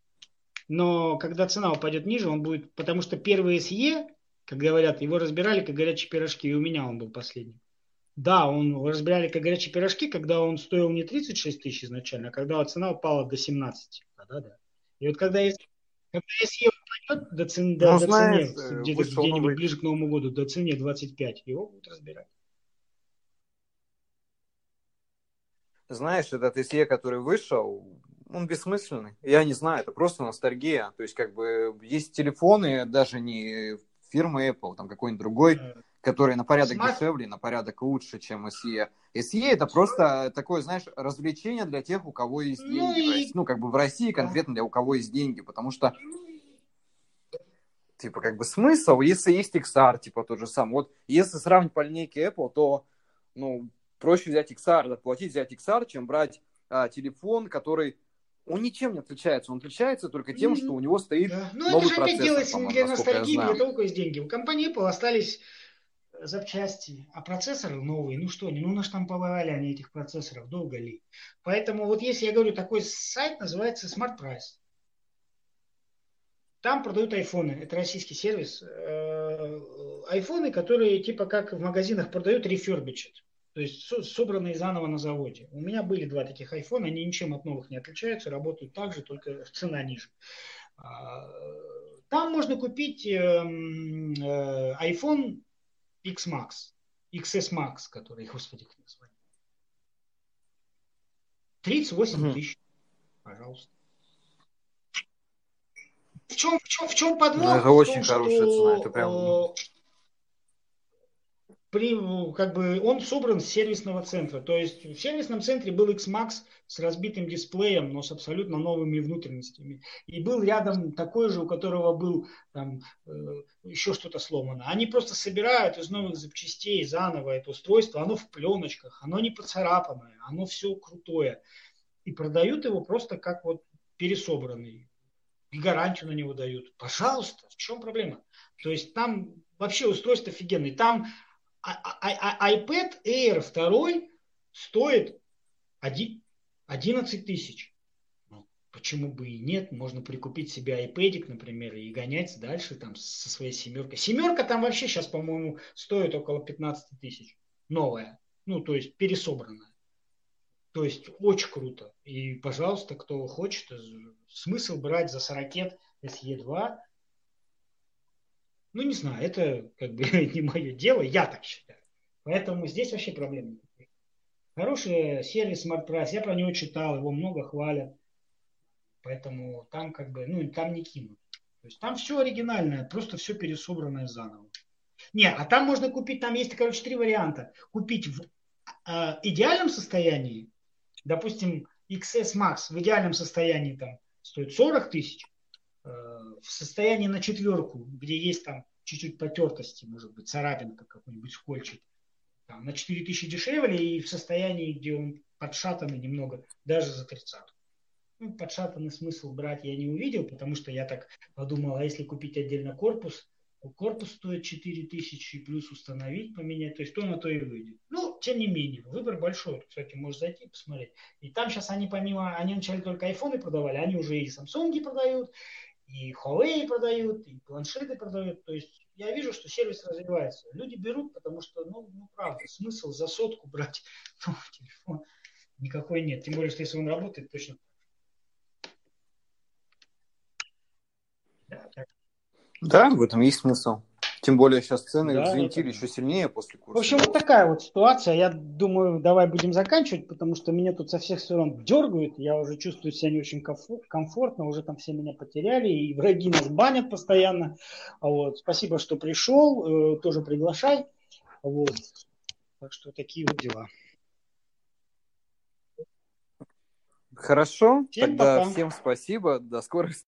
Но когда цена упадет ниже, он будет... Потому что первый эс и, как говорят, его разбирали как горячие пирожки, и у меня он был последний. Да, он разбирали как горячие пирожки, когда он стоил не тридцать шесть тысяч изначально, а когда цена упала до семнадцати. Да, да, да. И вот когда, когда эс и упадет до, цены, до, Ну, до цены, знаешь, э, где-то вышел где-нибудь новый... ближе к Новому году, до цены двадцать пять, его будут разбирать. Знаешь, этот эс и, который вышел, он бессмысленный. Я не знаю, это просто ностальгия. То есть, как бы, есть телефоны, даже не фирмы Apple, там какой-нибудь другой, который на порядок Смарт... дешевле, на порядок лучше, чем эс и. эс и это просто такое, знаешь, развлечение для тех, у кого есть Ну деньги. В России. и... Ну, как бы в России Да. конкретно для у кого есть деньги, потому что типа, как бы смысл, если есть икс ар, типа, тот же самый. Вот, если сравнить по линейке Apple, то, ну, проще взять икс ар, заплатить, взять икс ар, чем брать а, телефон, который, он ничем не отличается. Он отличается только тем, что у него стоит Да. Ну, это новый же опять процессор, делается не по-моему, для насколько я ностальгии, для знаю. того, у кого есть деньги. У компании Apple остались запчасти, а процессоры новые, ну что, ну наштамповали они этих процессоров, долго ли? Поэтому вот если я говорю, такой сайт называется Smart Price. Там продают айфоны, это российский сервис. Айфоны, которые типа как в магазинах продают refurbished, то есть собранные заново на заводе. У меня были два таких айфона, они ничем от новых не отличаются, работают так же, только цена ниже. Там можно купить iPhone X Max, икс эс Max, который, господи, как название. тридцать восемь тысяч, пожалуйста. В чем, в чем, в чем Ну, это подвох? В очень том, хорошая цена, это прям... что при, как бы, он собран с сервисного центра. То есть в сервисном центре был X Max с разбитым дисплеем, но с абсолютно новыми внутренностями. И был рядом такой же, у которого был там, э, еще что-то сломано. Они просто собирают из новых запчастей заново это устройство. Оно в пленочках, оно не поцарапанное, оно все крутое. И продают его просто как вот пересобранный. И гарантию на него дают. Пожалуйста, в чем проблема? То есть там вообще устройство офигенное. Там iPad Air два стоит одиннадцать тысяч. Ну, почему бы и нет? Можно прикупить себе iPad, например, и гонять дальше там со своей семеркой. Семерка там вообще сейчас, по-моему, стоит около пятнадцать тысяч. новая, ну, то есть пересобранная. То есть очень круто. И, пожалуйста, кто хочет, смысл брать за сорокет эс и два, ну, не знаю, это как бы не мое дело, я так считаю. Поэтому здесь вообще проблем нет. Хороший сервис Smart Price, я про него читал, его много хвалят. Поэтому там как бы, ну, там не кинут. То есть там все оригинальное, просто все пересобранное заново. Не, а там можно купить, там есть, короче, три варианта. Купить в э, идеальном состоянии, допустим, икс эс Max в идеальном состоянии там стоит сорок тысяч, э, в состоянии на четверку, где есть там чуть-чуть потертости, может быть, царапинка какой-нибудь, скольчик, там, на четыре тысячи дешевле, и в состоянии, где он подшатанный немного, даже за тридцатку. Ну, подшатанный смысл брать я не увидел, потому что я так подумал, а если купить отдельно корпус, то корпус стоит четыре тысячи, плюс установить, поменять, то есть то на то и выйдет. Ну, тем не менее, выбор большой, кстати, можешь зайти и посмотреть. И там сейчас они помимо, они вначале только айфоны продавали, они уже и Samsung продают, и Huawei продают, и планшеты продают, то есть я вижу, что сервис развивается. Люди берут, потому что, ну, ну правда, смысл за сотку брать новый телефон никакой нет. Тем более, что если он работает, точно. Да, так. Да, в этом есть смысл. Тем более сейчас цены Да, это взвинтили да. еще сильнее после В общем, курса. вот такая вот ситуация. Я думаю, давай будем заканчивать, потому что меня тут со всех сторон дергают. Я уже чувствую себя не очень комфортно. Уже там все меня потеряли. И враги нас банят постоянно. Вот. Спасибо, что пришел. Тоже приглашай. Вот. Так что такие вот дела. Хорошо, Всем тогда пока. всем спасибо. До скорых встреч.